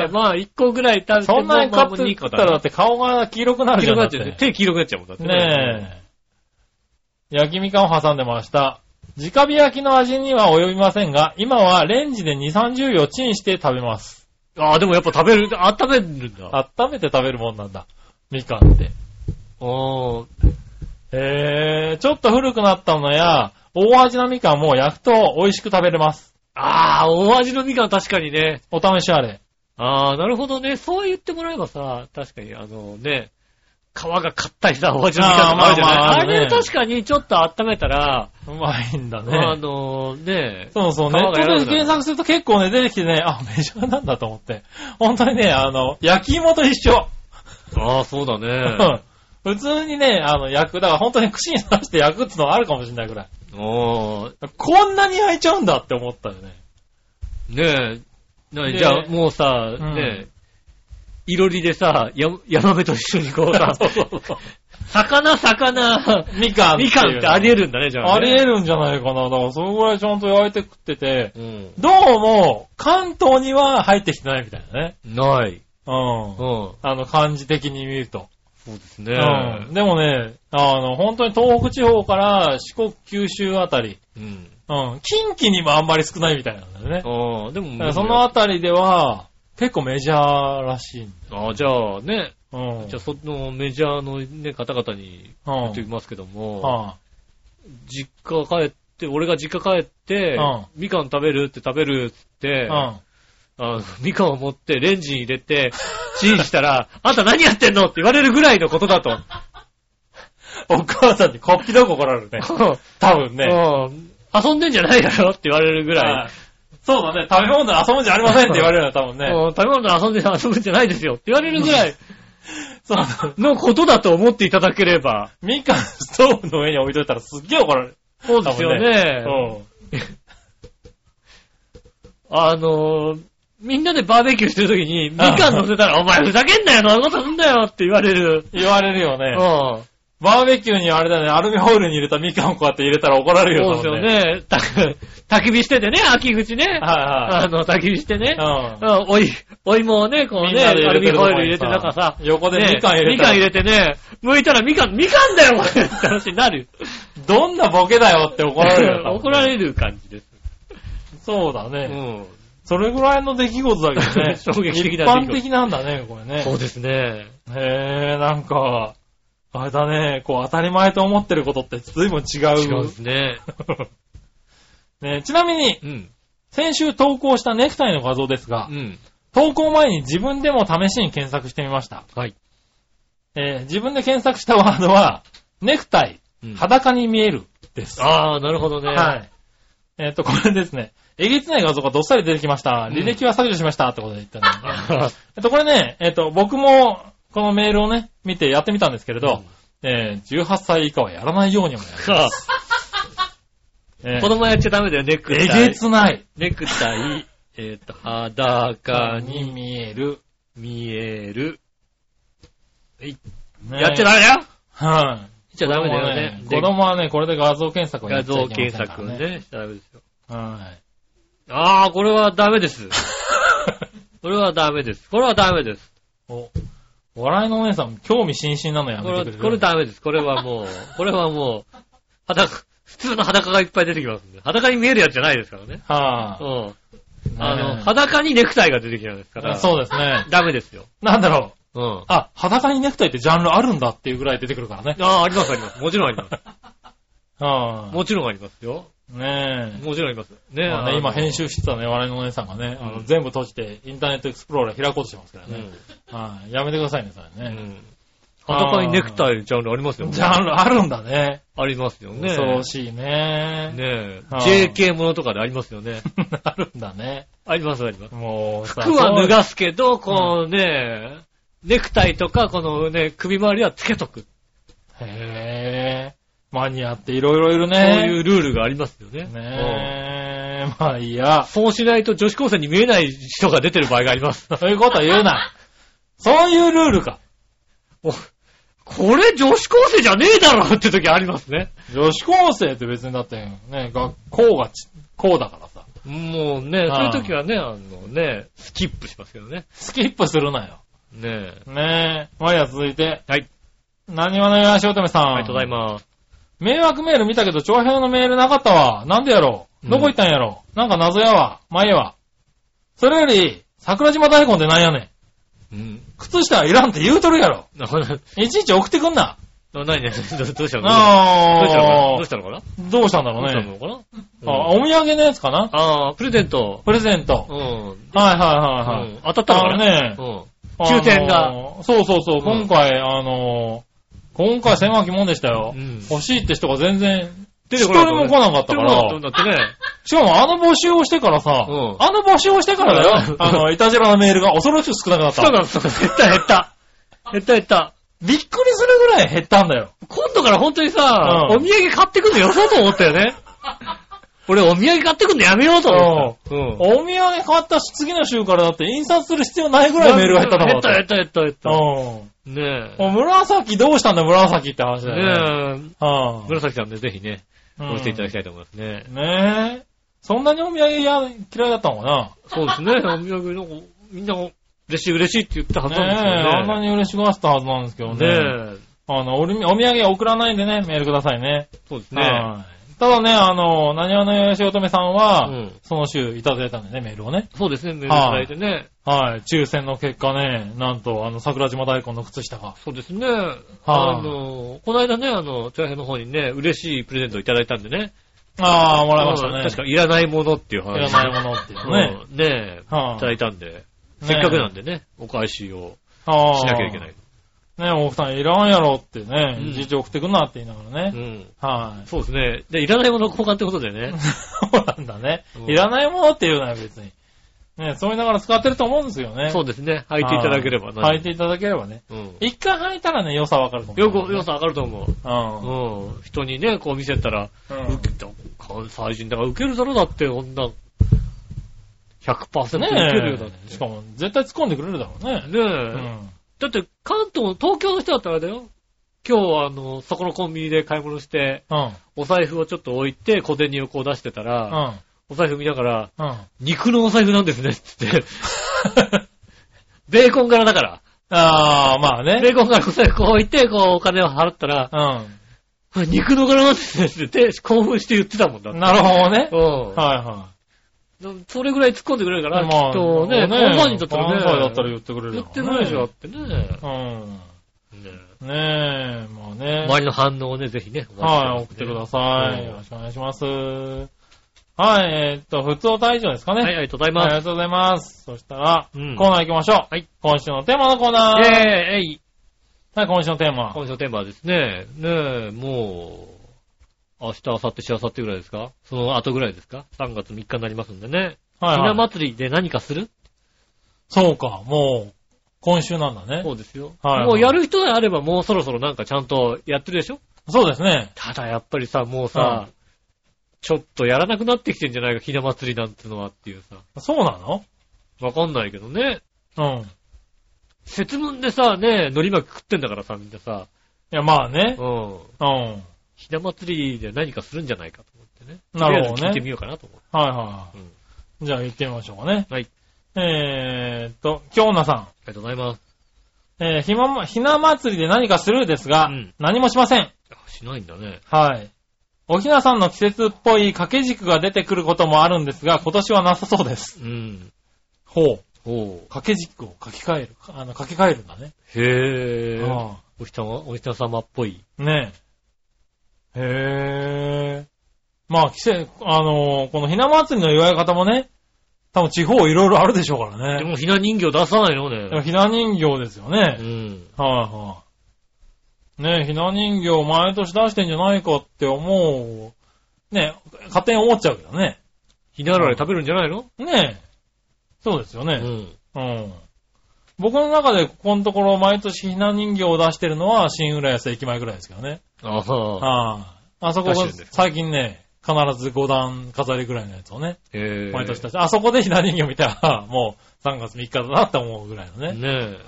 まあ1個ぐらい食べて、 そんなに買ってったらだって顔が黄色くなるじゃん。 手黄色くなっちゃうもんだって。 ねえ。焼きみかんを挟んでました。直火焼きの味には及びませんが、今はレンジで2、30秒チンして食べます。 ああ、でもやっぱ温めるんだ。 温めて食べるもんなんだ。みかんって。ちょっと古くなったのや、大味のみかんも焼くと美味しく食べれます。 ああ、大味のみかん確かにね。 お試しあれ。 ああ、なるほどね。そう言ってもらえばさ、確かにね、皮が硬いさ、大味のみかんとかあるじゃない。あれ確かにちょっと温めたら、 うまいんだね。 ね。 そうそう、ネットで検索すると結構ね、出てきてね、メジャーなんだと思って。本当にね、焼き芋と一緒。 ああ、そうだね。 普通にね、焼く。だから本当に串に刺して焼くってのがあるかもしれないぐらい。こんなに焼いちゃうんだって思ったよね。 ねえ。じゃあもうさ、ねえ、いろりでさ、ヤマメと一緒にこうさ、魚、みかんってあり得るんだね、じゃあ、ね。 あり得るんじゃないかな。だからそのぐらいちゃんと焼いて食ってて、どうも、関東には入ってきてないみたいなね。 ない。 漢字的に見ると。 そうですね。 でもね、本当に東北地方から四国、九州あたり、近畿にもあんまり少ないみたいなんだよね。でもそのあたりでは、結構メジャーらしいんだ。 じゃあね。じゃあそのメジャーのね、方々に言っておきますけども、俺が実家帰って、みかん食べるって、みかんを持ってレンジに入れて、チンしたら、あんた何やってんのって言われるぐらいのことだと。 お母さんにこっぴどく怒られるね。多分ね。 遊んでんじゃないだろって言われるぐらい。 そうだね。食べ物で遊ぶんじゃありませんって言われるのは多分ね。 食べ物で遊ぶんじゃないですよって言われるぐらいのことだと思っていただければ。 みかんストーブの上に置いといたらすっげえ怒られる。 そうですよね。みんなでバーベキューしてるときに、みかん乗せたら、お前ふざけんなよ、そんなことすんだよって言われるよね。バーベキューにあれだね、アルミホイルに入れたみかんをこうやって入れたら怒られるよね。 そうですよね。焚き火しててね、秋口ね。焚き火してね。お芋をね、こうね、アルミホイル入れて中さ。 横でみかん入れて。 みかん入れてね、剥いたらみかんだよって話になる。 どんなボケだよって怒られるよ。 怒られる感じです。 そうだね。それぐらいの出来事だけどね。 衝撃的な一般的なんだね、これね。 そうですね。 なんか、あれだね、こう当たり前と思ってることって随分違う。 違うですね。 ちなみに、先週投稿したネクタイの画像ですが、投稿前に自分でも試しに検索してみました。 はい。 自分で検索したワードは、ネクタイ、裸に見えるです。 なるほどね。 はい。これですね。えげつない画像がどっさり出てきました。履歴は削除しましたってことで言ったんで。これね、僕も、このメールをね、見てやってみたんですけれど、18歳以下はやらないようにもやります。 子供やっちゃダメだよ、ネクタイ。 えげつない。 ネクタイ、裸に見える。 やっちゃダメだよ。 はい。 やっちゃダメだよね。 子供はね、これで画像検索をやっちゃいけませんからね。 画像検索をね、したらダメですよ。 はい。 これはダメです。これはダメです。 笑いのお姉さん、興味津々なのやめてくれる。 これダメです。これはもう、普通の裸がいっぱい出てきますんで。裸に見えるやつじゃないですからね。裸にネクタイが出てきたんですから。 そうですね。 ダメですよ。 なんだろう。裸にネクタイってジャンルあるんだっていうぐらい出てくるからね。 あります。もちろんあります。もちろんありますよ。 ねえ。 もちろんあります。 ねえ。今編集してたね、笑いのお姉さんがね、全部閉じてインターネットエクスプローラー開こうとしてますからね。やめてくださいね、それね。 裸にネクタイジャンルありますよね。 ジャンルあるんだね。 ありますよね。 恐ろしいね。 ねえ。JK ものとかでありますよね。 あるんだね。 ありますあります。 もう服は脱がすけど、こうね、ネクタイとか、このね、首周りはつけとく。 へぇー。マニアっていろいろいるね。 そういうルールがありますよね。 ねえ、まあいいや。 そうしないと女子高生に見えない人が出てる場合があります。 そういうこと言うな。そういうルールか。 これ女子高生じゃねえだろって時ありますね。 女子高生って別にだってね、学校がこうだからさ。 もうね、そういう時はね、スキップしますけどね。 スキップするなよ。 ねえ。ねえ。まあいいや、続いて。 はい。 何話のよしおとめさん。 ありがとうございます。 迷惑メール見たけど、長編のメールなかったわ。なんでやろう、どこ行ったんやろなんか謎やわ。まあいいわ。それより、桜島大根ってなんやねん。うん。靴下はいらんって言うとるやろ。いちいち送ってくんな。 何どうしたのどうしたのかなどうしたんだろうね。 どうしたのかな、 お土産のやつかなプレゼント。 うん。はいはいはい。 当たったのかなね。 抽選が。 そう。今回狭きもんでしたよ。欲しいって人が全然、一人も来なかったから。 だってね。 しかも募集をしてからさ、募集をしてからだよ。いたじらのメールが恐ろしく少なくなった。 そう減った。 びっくりするぐらい減ったんだよ。 今度から本当にさ、お土産買ってくんのよそうと思ったよね。俺お土産買ってくんのやめようと思った。 お土産買った次の週からだって印刷する必要ないぐらいメールが減ったのか減った。ねえ。紫どうしたんだよ、紫って話だよね。 紫さんでぜひね、押していただきたいと思いますね。 ねえ。そんなにお土産嫌いだったのかなそうですね。お土産のみんな嬉しいって言ったはずなんですよね。 あんなに嬉しがってたはずなんですけどね。お土産送らないんでね、メールくださいね。 そうですね。 ただね、何話のよしおとめさんは、その週いただいたんでね、メールをね。 そうですね、メールいただいてね。 はい。抽選の結果ね、なんと、桜島大根の靴下が。 そうですね。この間ね、チャーヘの方にね、嬉しいプレゼントをいただいたんでね。 もらいましたね。 確かいらないものっていう話。 いらないものっていうね。 ねいただいたんで、せっかくなんでね、お返しをしなきゃいけない。 ね、お二人いらんやろってね、いちいち送ってくんなって言いながらね。 そうですね。で、いらないもの交換ってことでね。 そうなんだね。いらないものって言うなよ、別に。ね、そう言いながら使ってると思うんですよね。 そうですね。履いていただければ。 履いていただければね。一回履いたらね、良さわかると思う。良さわかると思う。人にね、こう見せたら、関西人だから受けるだろだって、女、100% 受けるよだって。 しかも、絶対突っ込んでくれるだろうね。 だって、東京の人だったらあれだよ。今日そこのコンビニで買い物して、お財布をちょっと置いて、小銭をこう出してたら、お財布見ながら、肉のお財布なんですね、つって。ベーコン柄だから。 まあね。 ベーコン柄お財布こう置いて、こうお金を払ったら、肉の柄なんですね、って興奮して言ってたもんだって。 なるほどね。はい。 それぐらい突っ込んでくれるから、きっとね、本番にとったらね。 本番だったら言ってくれる。 言ってくれるでしょ、ってね。 ねえ、まあね。 周りの反応をね、ぜひね。 送ってください。よろしくお願いします。はい、普通お退場ですかね。 はい、ありがとうございます。 ありがとうございます。そしたら、コーナー行きましょう。はい。今週のテーマのコーナー。 はい、 今週のテーマ。 今週のテーマはですね、もう、明日、明後日、しあさってぐらいですか？その後ぐらいですか？ 3 月3日になりますんでね。ひな祭りで何かする？ そうか、もう、今週なんだね。 そうですよ。もうやる人であればもうそろそろなんかちゃんとやってるでしょ？ そうですね。 ただやっぱりさ、もうさ、ちょっとやらなくなってきてんじゃないか、ひな祭りなんてのはっていうさ。 そうなの？ わかんないけどね。節分でさ、ね、海苔巻き食ってんだからさ、みんなさ。 いや、まあね。 ひな祭りで何かするんじゃないかと思ってね。 なるほどね。 聞いてみようかなと思って。 じゃあ行ってみましょうかね。 はい。 京女さん。ありがとうございます。 ひな祭りで何かするですが、何もしません。 しないんだね。 はい。おひなさんの季節っぽい掛け軸が出てくることもあるんですが、今年はなさそうです。掛け軸を書き換える。書き換えるんだね。 へぇー。おひな様っぽい。 ねえ。へぇー。まあ、このひな祭りの祝い方もね、多分地方いろいろあるでしょうからね。 でもひな人形出さないのね。 ひな人形ですよね。 ねえ、ひな人形毎年出してんじゃないかって思う。ねえ、勝手に思っちゃうけどね。 ひなあられ食べるんじゃないの？ ねえ。そうですよね。うん。僕の中でここのところ毎年ひな人形を出してるのは新浦安駅前ぐらいですけどね。 ああ。 あそこが最近ね、必ず5段飾りぐらいのやつをね。毎年出して。あそこでひな人形見たら、もう3月3日だなって思うぐらいのね。 ね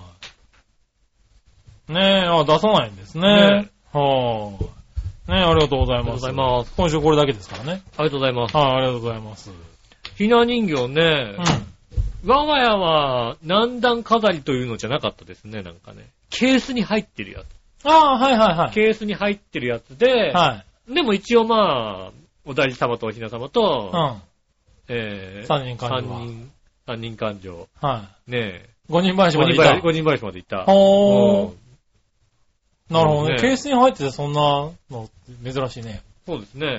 え。ねえ、出さないんですね。ねえ、ありがとうございます。ありがとうございます。今週これだけですからね。 ありがとうございます。 ありがとうございます。 ひな人形ね、我が家は何段飾りというのじゃなかったですね、なんかね。ケースに入ってるやつ。 はいはいはい。 ケースに入ってるやつで、でも一応まあ、おだり様とおひな様と、 三人勘定。 三人勘定。ねえ。 5人林まで行った。 5人林まで行った。 なるほどね。ケースに入っててそんなの珍しいね。 そうですね。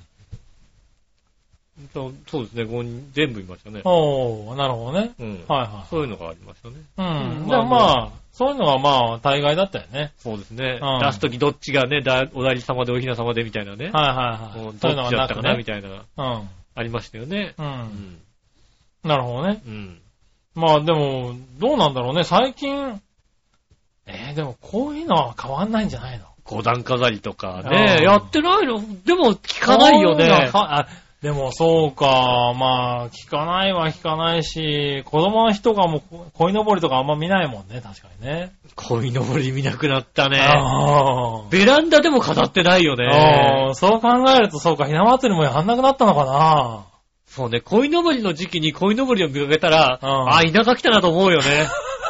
そうですね。5人全部いましたね。 なるほどね。 そういうのがありましたね。 でもまあ、そういうのがまあ、大概だったよね。 そうですね。出すときどっちがね、おだり様でおひな様でみたいなね。どっちだったかなみたいな。ありましたよね。 なるほどね。まあでも、どうなんだろうね。最近、でもこういうのは変わんないんじゃないの ？5段飾りとかね。やってないの？でも聞かないよね。 でもそうか、まあ、聞かないは聞かないし、子供の人がもう、鯉のぼりとかあんま見ないもんね、確かにね。 鯉のぼり見なくなったね。ベランダでも飾ってないよね。 そう考えるとそうか、ひな祭りもやんなくなったのかな。 そうね、鯉のぼりの時期に鯉のぼりを見かけたら、田舎来たなと思うよね。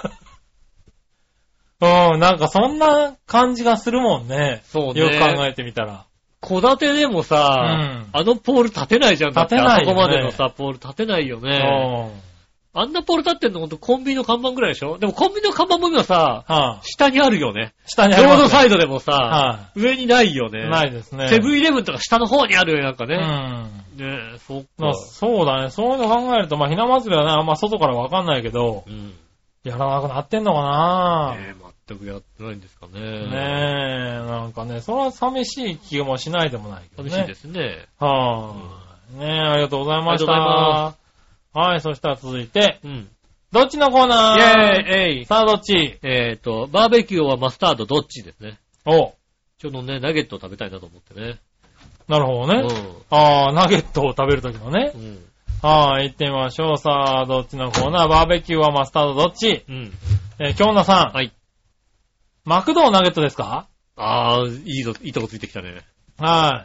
なんかそんな感じがするもんね。そうね。よく考えてみたら。 戸建てでもさ、あのポール立てないじゃん。 立てないよね。 あそこまでのさ、ポール立てないよね。あんなポール立ってんのほんとコンビニの看板ぐらいでしょ？でもコンビニの看板も今さ、下にあるよね。 下にある。 ロードサイドでもさ、上にないよね。 ないですね。 セブンイレブンとか下の方にあるよ、なんかね。ねえ、そっか。 そうだね。そういうの考えると、まあ、ひな祭りはね、あんま外からわかんないけど、やらなくなってんのかな全くやってないんですかね。 ねえ、なんかね、それは寂しい気もしないでもないけどね。 寂しいですね。 ねえ、ありがとうございました。ありがとうございます。はい、そしたら続いて、どっちのコーナー？イェーイ！さあ、どっち？ バーベキューはマスタードどっちですね。ちょうどね、ナゲットを食べたいなと思ってね。 なるほどね。ナゲットを食べるときのね。行ってみましょう。さあ、どっちのコーナー？バーベキューはマスタードどっち？京奈さん。はい。マクドナゲットですか？ いいとこついてきたね。 はい。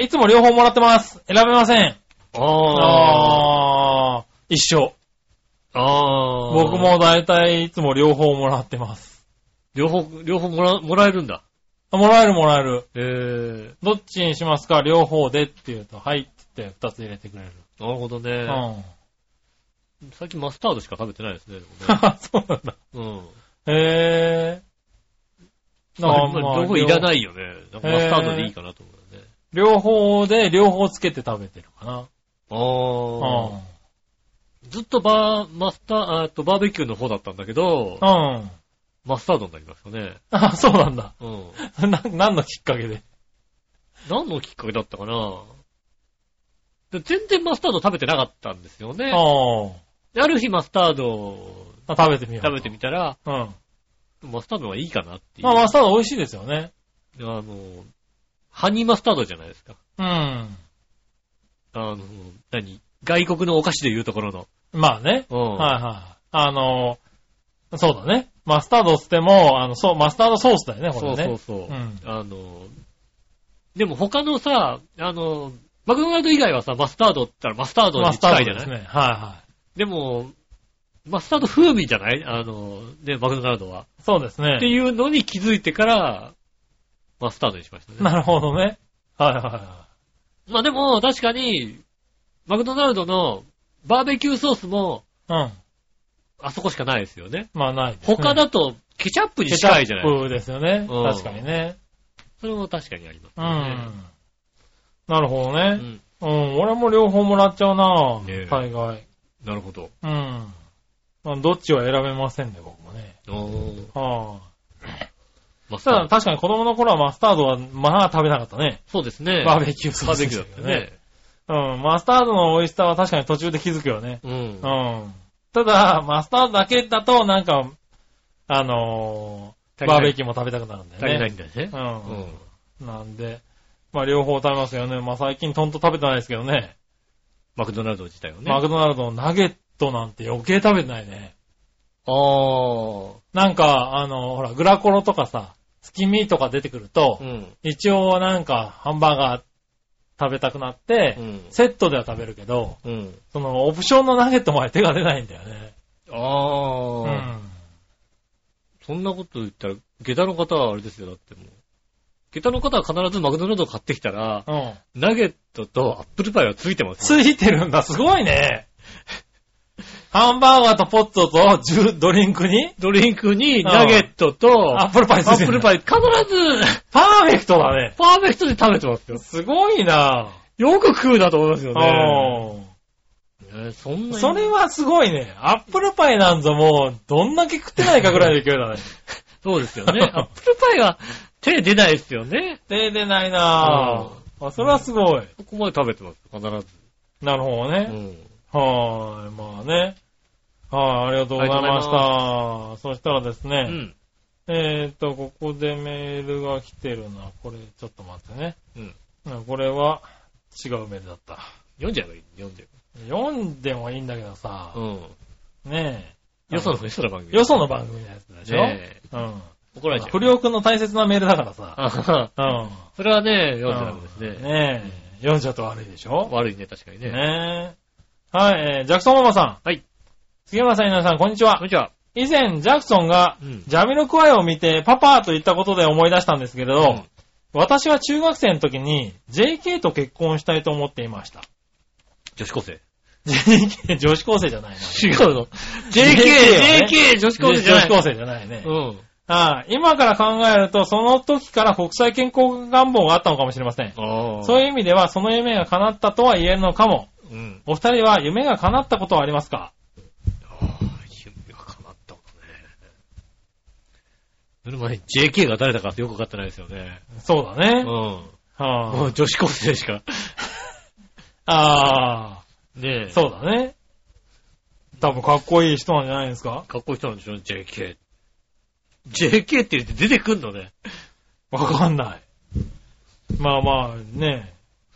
いつも両方もらってます。選べません。一緒。僕もだいたいいつも両方もらってます。 両方もらえるんだ。 もらえる。どっちにしますか？両方でって言うと、はいって言って2つ入れてくれる。 なるほどね。最近マスタードしか食べてないですね。 そうなんだ。 両方いらないよね。マスタードでいいかなと思うよね。 両方で両方つけて食べてるかな。 ずっとバーベキューの方だったんだけど、マスタードになりましたね。 そうなんだ。何のきっかけで？ 何のきっかけだったかな。全然マスタード食べてなかったんですよね。ある日マスタードを食べてみたら、マスタードはいいかなっていう。 マスタード美味しいですよね。 ハニーマスタードじゃないですか。外国のお菓子で言うところの。 まあね。そうだね。マスタードっても、マスタードソースだよね、これね。そう。 でも他のさ、マクドナルド以外はさ、マスタードって言ったらマスタードに近いじゃない？ですね。でも、マスタード風味じゃない？マクドナルドは。 そうですね。 っていうのに気づいてから、マスタードにしましたね。 なるほどね。まあでも、確かに、マクドナルドのバーベキューソースも、あそこしかないですよね。 ないですね。 他だと、ケチャップに近いじゃない？ ケチャップですよね。確かにね。 それも確かにありますね。 なるほどね。俺も両方もらっちゃうなぁ。大概。 なるほど。 どっちは選べませんね、僕もね。 ただ確かに子供の頃はマスタードはまあ食べなかったね。 そうですね。 バーベキューソース。バーベキューだったね。 うん、マスタードの美味しさは確かに途中で気づくよね。うん。ただ、マスタードだけだとなんか、バーベキューも食べたくなるんだよね。 足りないんだよね。 うん。なんで、まあ両方食べますよね。まあ最近トント食べてないですけどね。 マクドナルド自体はね。 マクドナルドのナゲットなんて余計食べてないね。なんか、ほら、グラコロとかさ、月見とか出てくると、一応なんかハンバーガー食べたくなって、セットでは食べるけど、そのオプションのナゲットまで手が出ないんだよね。 そんなこと言ったら、下駄の方はあれですよ、だってもう。下駄の方は必ずマクドナルド買ってきたら、ナゲットとアップルパイはついてますよ。ついてるんだ、すごいね。ハンバーガーとポットとドリンクにナゲットとアップルパイついてる。 アップルパイ必ずパーフェクトだね。 パーフェクトで食べてますよ。 すごいな。 よく食うなと思いますよね。 そんなにそれはすごいね。アップルパイなんぞもうどんだけ食ってないかぐらいの勢いだね。 そうですよね。アップルパイは手出ないですよね。 手出ないなぁ。それはすごい。 ここまで食べてます、必ず。 なるほどね。はい、まあね。はい、ありがとうございました。そしたらですね、ここでメールが来てるな。これ、ちょっと待ってね。これは違うメールだった。 読んじゃえばいい。 読んでもいいんだけどさ、ねえ。よその番組。 よその番組のやつでしょ。怒られちゃう。不良くんの大切なメールだからさ。 それはね、読んじゃダメですね。 ねえ。読んじゃうと悪いでしょ。 悪いね、確かにね。 ねえ。はい、ジャクソンママさん。 はい。 杉村さん、皆さん、こんにちは。 こんにちは。 以前、ジャクソンが、ジャミロクワイを見て、パパと言ったことで思い出したんですけれど、私は中学生の時に、JK と結婚したいと思っていました。 女子高生。 JK、女子高生じゃないな。 違うの。JK、女子高生じゃない。 女子高生じゃないね。今から考えると、その時から国際健康願望があったのかもしれません。そういう意味では、その夢が叶ったとは言えるのかも。お二人は夢が叶ったことはありますか？ 夢が叶ったことね。その前に JK が誰だかってよくわかってないですよね。 そうだね。 もう女子高生しか。ねえ。 そうだね。多分かっこいい人なんじゃないですか？ かっこいい人なんでしょ JK。JK って言って出てくんのね。 わかんない。まあね。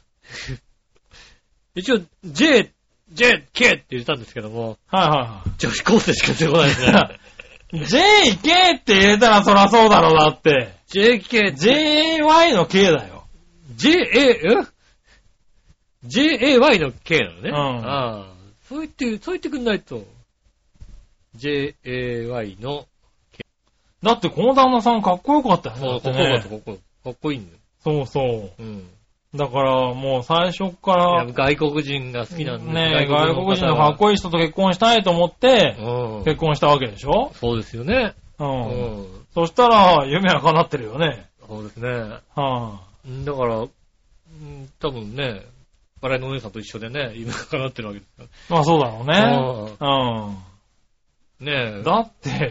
一応、JK って言ったんですけども。女子高生しか出てこないですね。 JK って入れたらそらそうだろうなって。JY の K だよ。 JAY の K なのね。そう言ってくんないと。JAY の K。 だってこの旦那さんかっこよかったよね。 かっこいいんだよ。 そう。だからもう最初から。 外国人が好きなんでね。外国人のかっこいい人と結婚したいと思って、結婚したわけでしょ？ そうですよね。 そしたら夢は叶ってるよね。 そうですね。だから、多分ね、笑いのお姉さんと一緒でね、夢が叶ってるわけですから。 まあそうだろうね。ねえ。だって、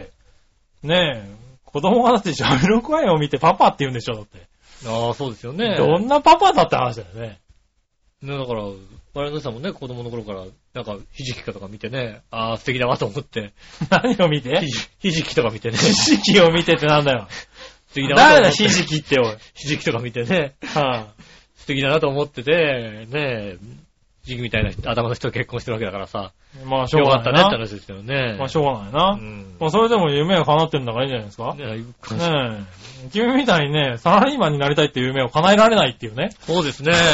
ねえ、子供がだってジャミロクワイを見てパパって言うんでしょ、だって。 そうですよね。 どんなパパだって話だよね。 ね、だから、笑いのお姉さんもね、子供の頃から、なんか、ひじきとか見てね、素敵だなと思って。 何を見て？ ひじきとか見てね。 ひじきを見てってなんだよ。 素敵だなと思って。 誰だ、ひじきっておい。 ひじきとか見てね。素敵だなと思ってて、ねえ、ひじきみたいな頭の人と結婚してるわけだからさ。 まあ、しょうがないな。 よかったねって話ですよね。 まあ、しょうがないな。まあ、それでも夢が叶ってるんだからいいんじゃないですか？ねえ。君みたいにね、サラリーマンになりたいっていう夢を叶えられないっていうね。 そうですね。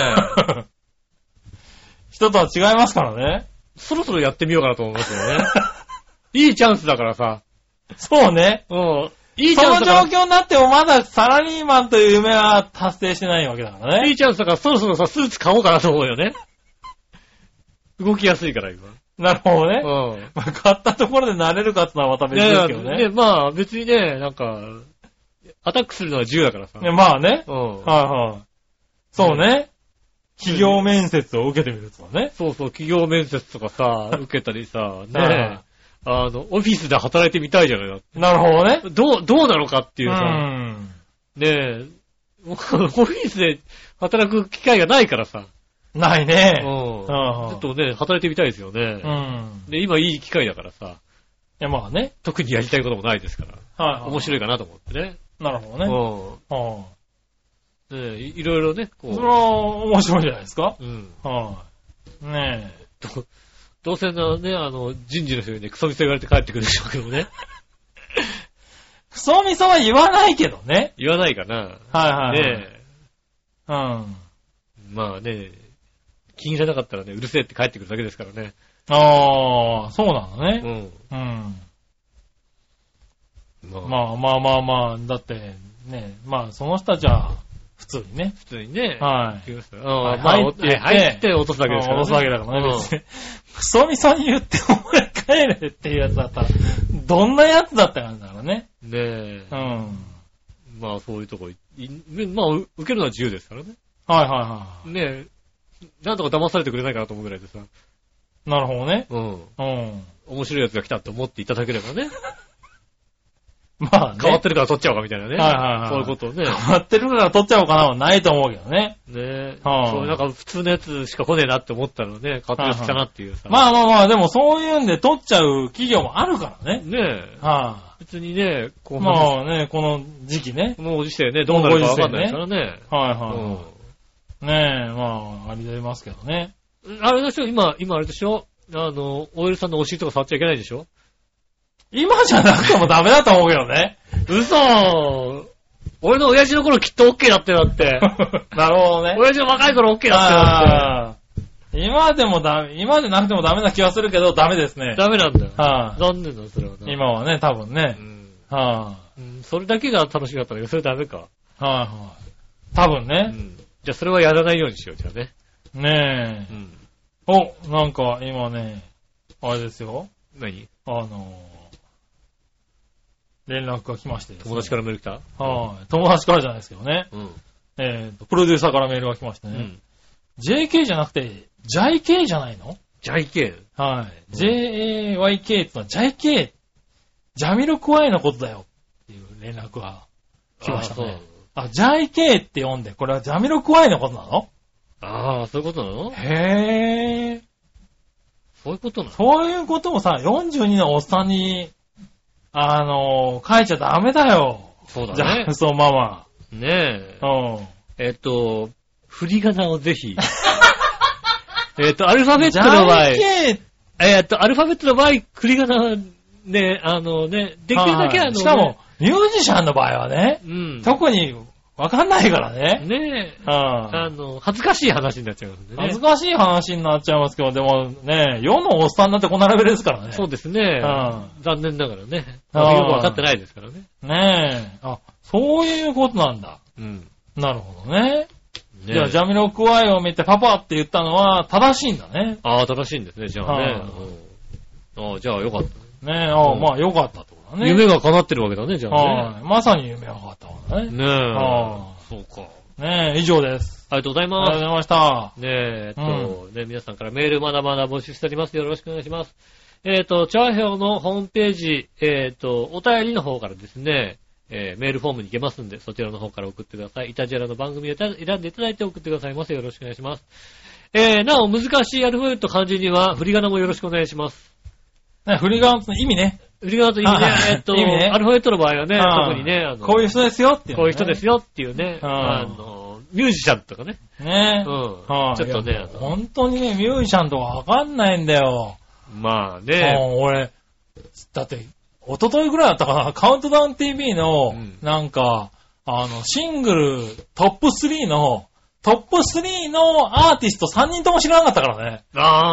人とは違いますからね。 そろそろやってみようかなと思いますよね。いいチャンスだからさ。 そうね。 いいチャンスだから。 その状況になってもまだサラリーマンという夢は達成してないわけだからね。 いいチャンスだからそろそろさ、スーツ買おうかなと思うよね。動きやすいから今。 なるほどね。まあ、買ったところで慣れるかってのはまた別ですけどね。 まあ別にね、なんか、アタックするのは自由だからさ。 まあね。そうね。企業面接を受けてみるとかね。 そう、企業面接とかさ、受けたりさ、ねオフィスで働いてみたいじゃない。 なるほどね。 どうなのかっていうさ、 ねえ、オフィスで働く機会がないからさ。 ないね。 ちょっとね、働いてみたいですよね。で、今いい機会だからさ。いや、まあね。 特にやりたいこともないですから。面白いかなと思ってね。 なるほどね。ねえ、いろいろね、 こう。それは面白いじゃないですか。ねえ。どうせね、人事の人にね、クソみそ言われて帰ってくるでしょうけどね。 クソみそは言わないけどね。 言わないかな。ねえ。まあね、気に入らなかったらね、うるせえって帰ってくるだけですからね。 ああ、そうなのね。まあ、だってね、まあその人たちは普通にね。 普通にね。 はい。 入って落とすだけですからね。 落とすだけだからね、別に。クソみそに言ってお前帰れっていうやつだったら、どんなやつだったかんだからね。 ねえ。まあそういうとこ、まあ受けるのは自由ですからね。ねえ。なんとか騙されてくれないかなと思うぐらいでさ。 なるほどね。 面白いやつが来たって思っていただければね。 まあね。 変わってるから取っちゃおうかみたいなね。そういうことをね。 変わってるから取っちゃおうかなはないと思うけどね。 ねえ。そういうなんか普通のやつしか来ねえなって思ったのね、勝手に来たなっていうさ。 まあ、でもそういうんで取っちゃう企業もあるからね。 ねえ。別にね、 まあね、この時期ね。 このご時世ね、どうなるかわかんないですからね。 ねえ、まあ、ありでますけどね。 あれでしょ、今あれでしょ、OL さんのお尻とか触っちゃいけないでしょ？ 今じゃなくてもダメだと思うけどね。 嘘！俺の親父の頃きっと OK だってなって。 なるほどね。 親父の若い頃 OK だってなって。 今でなくてもダメな気はするけど、ダメですね。 ダメなんだよ。残念だ、それはね。 今はね、多分ね。 それだけが楽しかったんだけど、それダメか。 多分ね。 じゃあそれはやらないようにしよう、じゃあね。 ねえ。なんか今ね、あれですよ。 何？ 連絡が来ましてですね。 友達からメール来た？ 友達からじゃないですけどね。プロデューサーからメールが来ましてね。JK じゃなくて、JIK じゃないの？ JIK？ JAYK ってのは JIK、ジャミルクワイのことだよっていう連絡が来ましたね。JIK って読んで、これはジャミルクワイのことなの？ そういうことなの？ へー。 そういうことなの？ そういうことをさ、42のおっさんに、書いちゃダメだよ。 そうだね。 そう、ママ。 ねえ。振り仮名をぜひ。アルファベットの場合。アルファベットの場合、振り仮名、ね、できるだけしかも、ミュージシャンの場合はね、特にわかんないからね。 ねえ。恥ずかしい話になっちゃいますね。 恥ずかしい話になっちゃいますけど、でもね、世のおっさんになってこんなレベルですからね。 そうですね。残念ながらね。よくわかってないですからね。 ねえ。そういうことなんだ。なるほどね。じゃあ、ジャミロクワイを見てパパって言ったのは正しいんだね。 正しいんですね、じゃあね。じゃあよかった。 ねえ、まあよかったってことだね。 夢が叶ってるわけだね、じゃあね。 まさに夢が叶ったわけだね。 ねえ。そうか。 ねえ、以上です。 ありがとうございます。 ありがとうございました。 ね皆さんからメールまだまだ募集しております。よろしくお願いします。チャーヘオのホームページ、お便りの方からですね、メールフォームに行けますんで、そちらの方から送ってください。イタジェラの番組を選んでいただいて送ってくださいませ。よろしくお願いします。なお、難しいアルファベット漢字には、振り仮名もよろしくお願いします。 振り仮名の意味ね。 振り仮名と意味ね。意味ね。アルファベットの場合はね、特にね、 こういう人ですよっていう。 こういう人ですよっていうね、ミュージシャンとかね。 ねちょっとね、 本当にね、ミュージシャンとかわかんないんだよ。 まあね。 俺、だって、一昨日ぐらいだったかな、カウントダウン TV の、なんか、シングルトップ3のアーティスト3人とも知らなかったからね。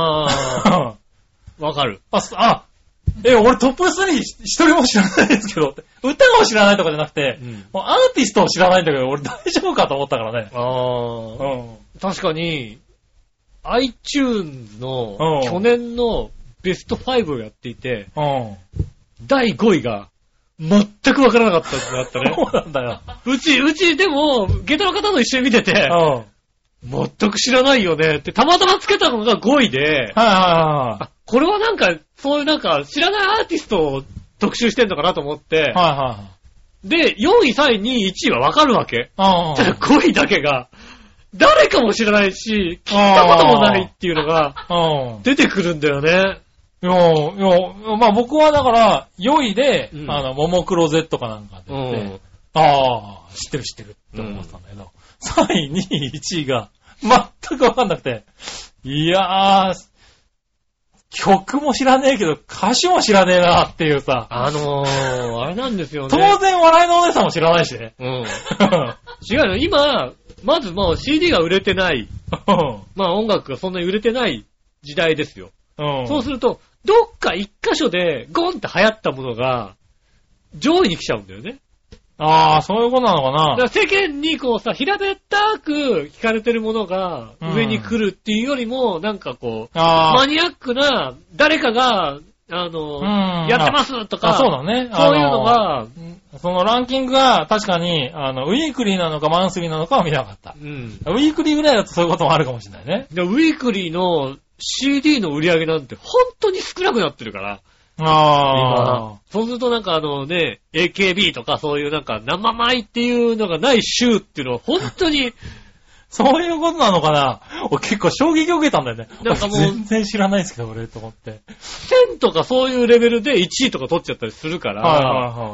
わかる。 俺トップ3一人も知らないですけど、歌を知らないとかじゃなくて、もうアーティストを知らないんだけど、俺大丈夫かと思ったからね。 確かに、iTunes の去年のベスト5をやっていて、第5位が全くわからなかったってなったね。 そうなんだよ。 うちでも、下駄の方と一緒に見てて、全く知らないよねって、たまたまつけたのが5位で、これはなんか、そういうなんか、知らないアーティストを特集してんのかなと思って、 で、4位、3位、2位、1位はわかるわけ。ただ5位だけが、誰かも知らないし、聞いたこともないっていうのが、出てくるんだよね。 まあ僕はだから、4位で、ももクロ Z かなんかで言って、知ってるって思ってたんだけど、3位、2位、1位が、全くわかんなくて、いやー、曲も知らねえけど、歌詞も知らねえなっていうさ。 あれなんですよね。 当然、笑いのお姉さんも知らないしね。 違うよ。今、まずもう CD が売れてない。まあ音楽がそんなに売れてない時代ですよ。そうすると、どっか一箇所でゴンって流行ったものが、上位に来ちゃうんだよね。 そういうことなのかな。 だから世間にこうさ、平べったく聞かれてるものが上に来るっていうよりも、なんかこう、マニアックな誰かが、やってますとか、 そうだね。 そういうのが、 そのランキングが確かに、ウィークリーなのかマンスリーなのかは見なかった。ウィークリーぐらいだとそういうこともあるかもしれないね。 でウィークリーの CD の売り上げなんて本当に少なくなってるから。今。そうするとなんかAKB とかそういうなんか生米っていうのがない週っていうのは本当に、 そういうことなのかな。俺結構衝撃を受けたんだよね。なんかもう全然知らないですけど俺と思って。 1000とかそういうレベルで1位とか取っちゃったりするから。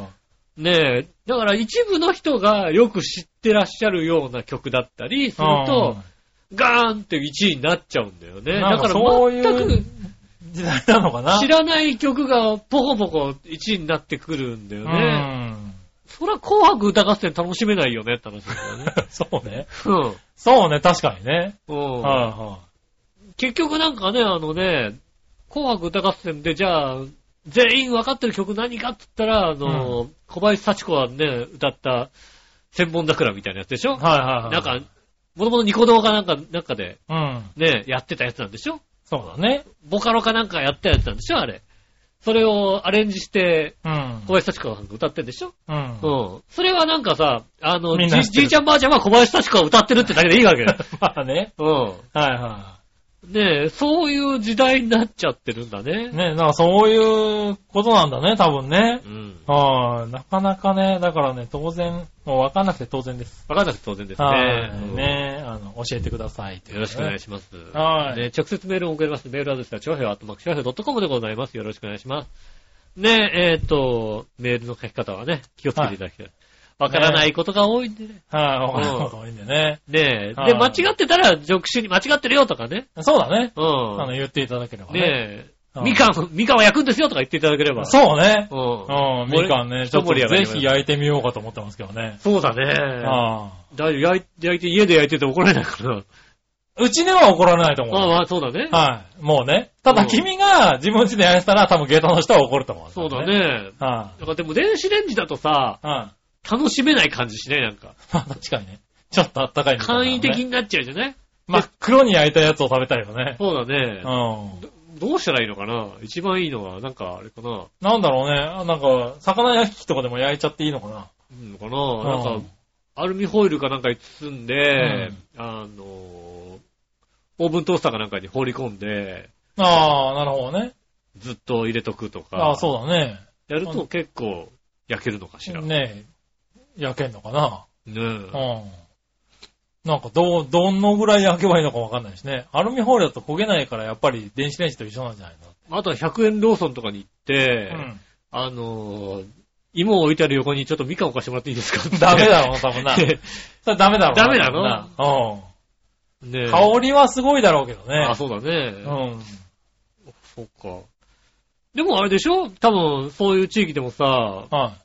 ねえ、だから一部の人がよく知ってらっしゃるような曲だったりすると、ガーンって1位になっちゃうんだよね。だから全く時代なのかな。 知らない曲がポコポコ1位になってくるんだよね。そりゃ紅白歌合戦楽しめないよねって話だよね。 そうね。そうね、確かにね。 結局なんかね、紅白歌合戦でじゃあ、全員分かってる曲何かって言ったら、小林幸子はね、歌った千本桜みたいなやつでしょ。なんか、もともとニコ動かなんかで、ね、やってたやつなんでしょ。 そうだね。 ボカロかなんかやったやつなんでしょ、あれ。それをアレンジして、小林幸子が歌ってるでしょ。それはなんかさ、じいちゃんばあちゃんは小林幸子が歌ってるってだけでいいわけ。 まあね。 ねえ、そういう時代になっちゃってるんだね。 ねえ、なんかそういうことなんだね、多分ね。なかなかね、だからね、当然、もう分かんなくて当然です。 分かんなくて当然ですね。 ねえ、教えてください、 よろしくお願いします。ね、直接メールを送ります。メールアドレスは、ちょうへい@.com でございます。よろしくお願いします。ねえ、メールの書き方はね、気をつけていただきたい。わからないことが多いんでね。 わからないことが多いんでね。 ねえ。で、間違ってたら、助手に間違ってるよとかね。 そうだね。言っていただければね。 ねえ。みかんは焼くんですよとか言っていただければ。 そうね。みかんね、ちょっとぜひ焼いてみようかと思ってますけどね。 そうだね。焼いて、家で焼いてて怒られないから。 うちでは怒られないと思う。 まあ、そうだね。 はい。もうね。ただ君が自分家で焼いてたら多分ゲートの人は怒ると思う。 そうだね。だからでも電子レンジだとさ、楽しめない感じしないなんか。 確かにね。ちょっとあったかいみたいな、 簡易的になっちゃうじゃない？ 真っ黒に焼いたやつを食べたいよね。 そうだね。どうしたらいいのかな？一番いいのは、なんかあれかな。 なんだろうね。なんか、魚焼き器とかでも焼いちゃっていいのかな。 いいのかな？なんか、アルミホイルかなんかに包んで、オーブントースターかなんかに放り込んで。 なるほどね。 ずっと入れとくとか。 そうだね。 やると結構焼けるのかしら。 ねえ。焼けんのかな。 ねえ。 なんかどのぐらい焼けばいいのかわかんないしね。アルミホイルだと焦げないからやっぱり電子レンジと一緒なんじゃないの？あとは100円ローソンとかに行って、芋を置いてある横にちょっとみかん置かしてもらっていいですか？ ダメだろう、多分な。それダメだろうな。 ダメなの？ ねえ。香りはすごいだろうけどね。 そうだね。そっか。でもあれでしょ？多分そういう地域でもさ、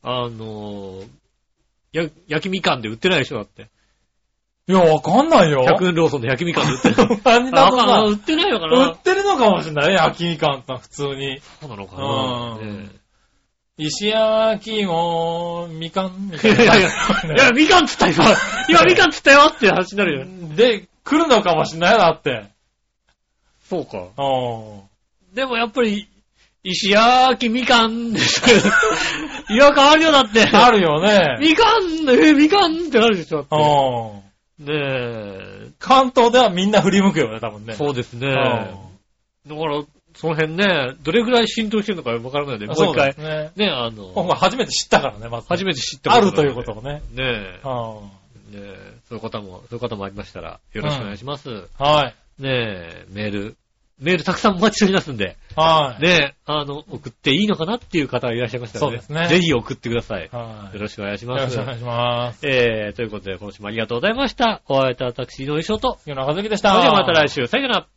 焼きみかんで売ってないでしょだって。 いや、わかんないよ。 100円ローソンで焼きみかんで売ってる。売ってないのかな？ 売ってるのかもしれないね、焼きみかんって普通に。 そうなのかな？ 石焼きも、みかんみたいな。 いや、みかんつった今みかんつったよって話になるよ。 で、来るのかもしれないだって。 そうか。でもやっぱり、石焼きみかんです。違和感あるよだって。 あるよね。 みかんってなるでしょって。ねえ。 関東ではみんな振り向くよね、多分ね。 そうですね。だから、 その辺ね、どれぐらい浸透してるのかわからないので、もう一回。そうですね。ね、 今回初めて知ったからね、まず。 初めて知ったことあるということをね。 ねえ。そういう方もありましたら、よろしくお願いします。 はい。 ねえ、メールたくさんお待ちしておりますんで。 はい。 ねえ、送っていいのかなっていう方がいらっしゃいましたらね。そうですね。ぜひ送ってください。はい。よろしくお願いします。 よろしくお願いします。 ということで、今週もありがとうございました。お会いいたい私、井上翔と、 杉野和樹でした。 それではまた来週、さよなら。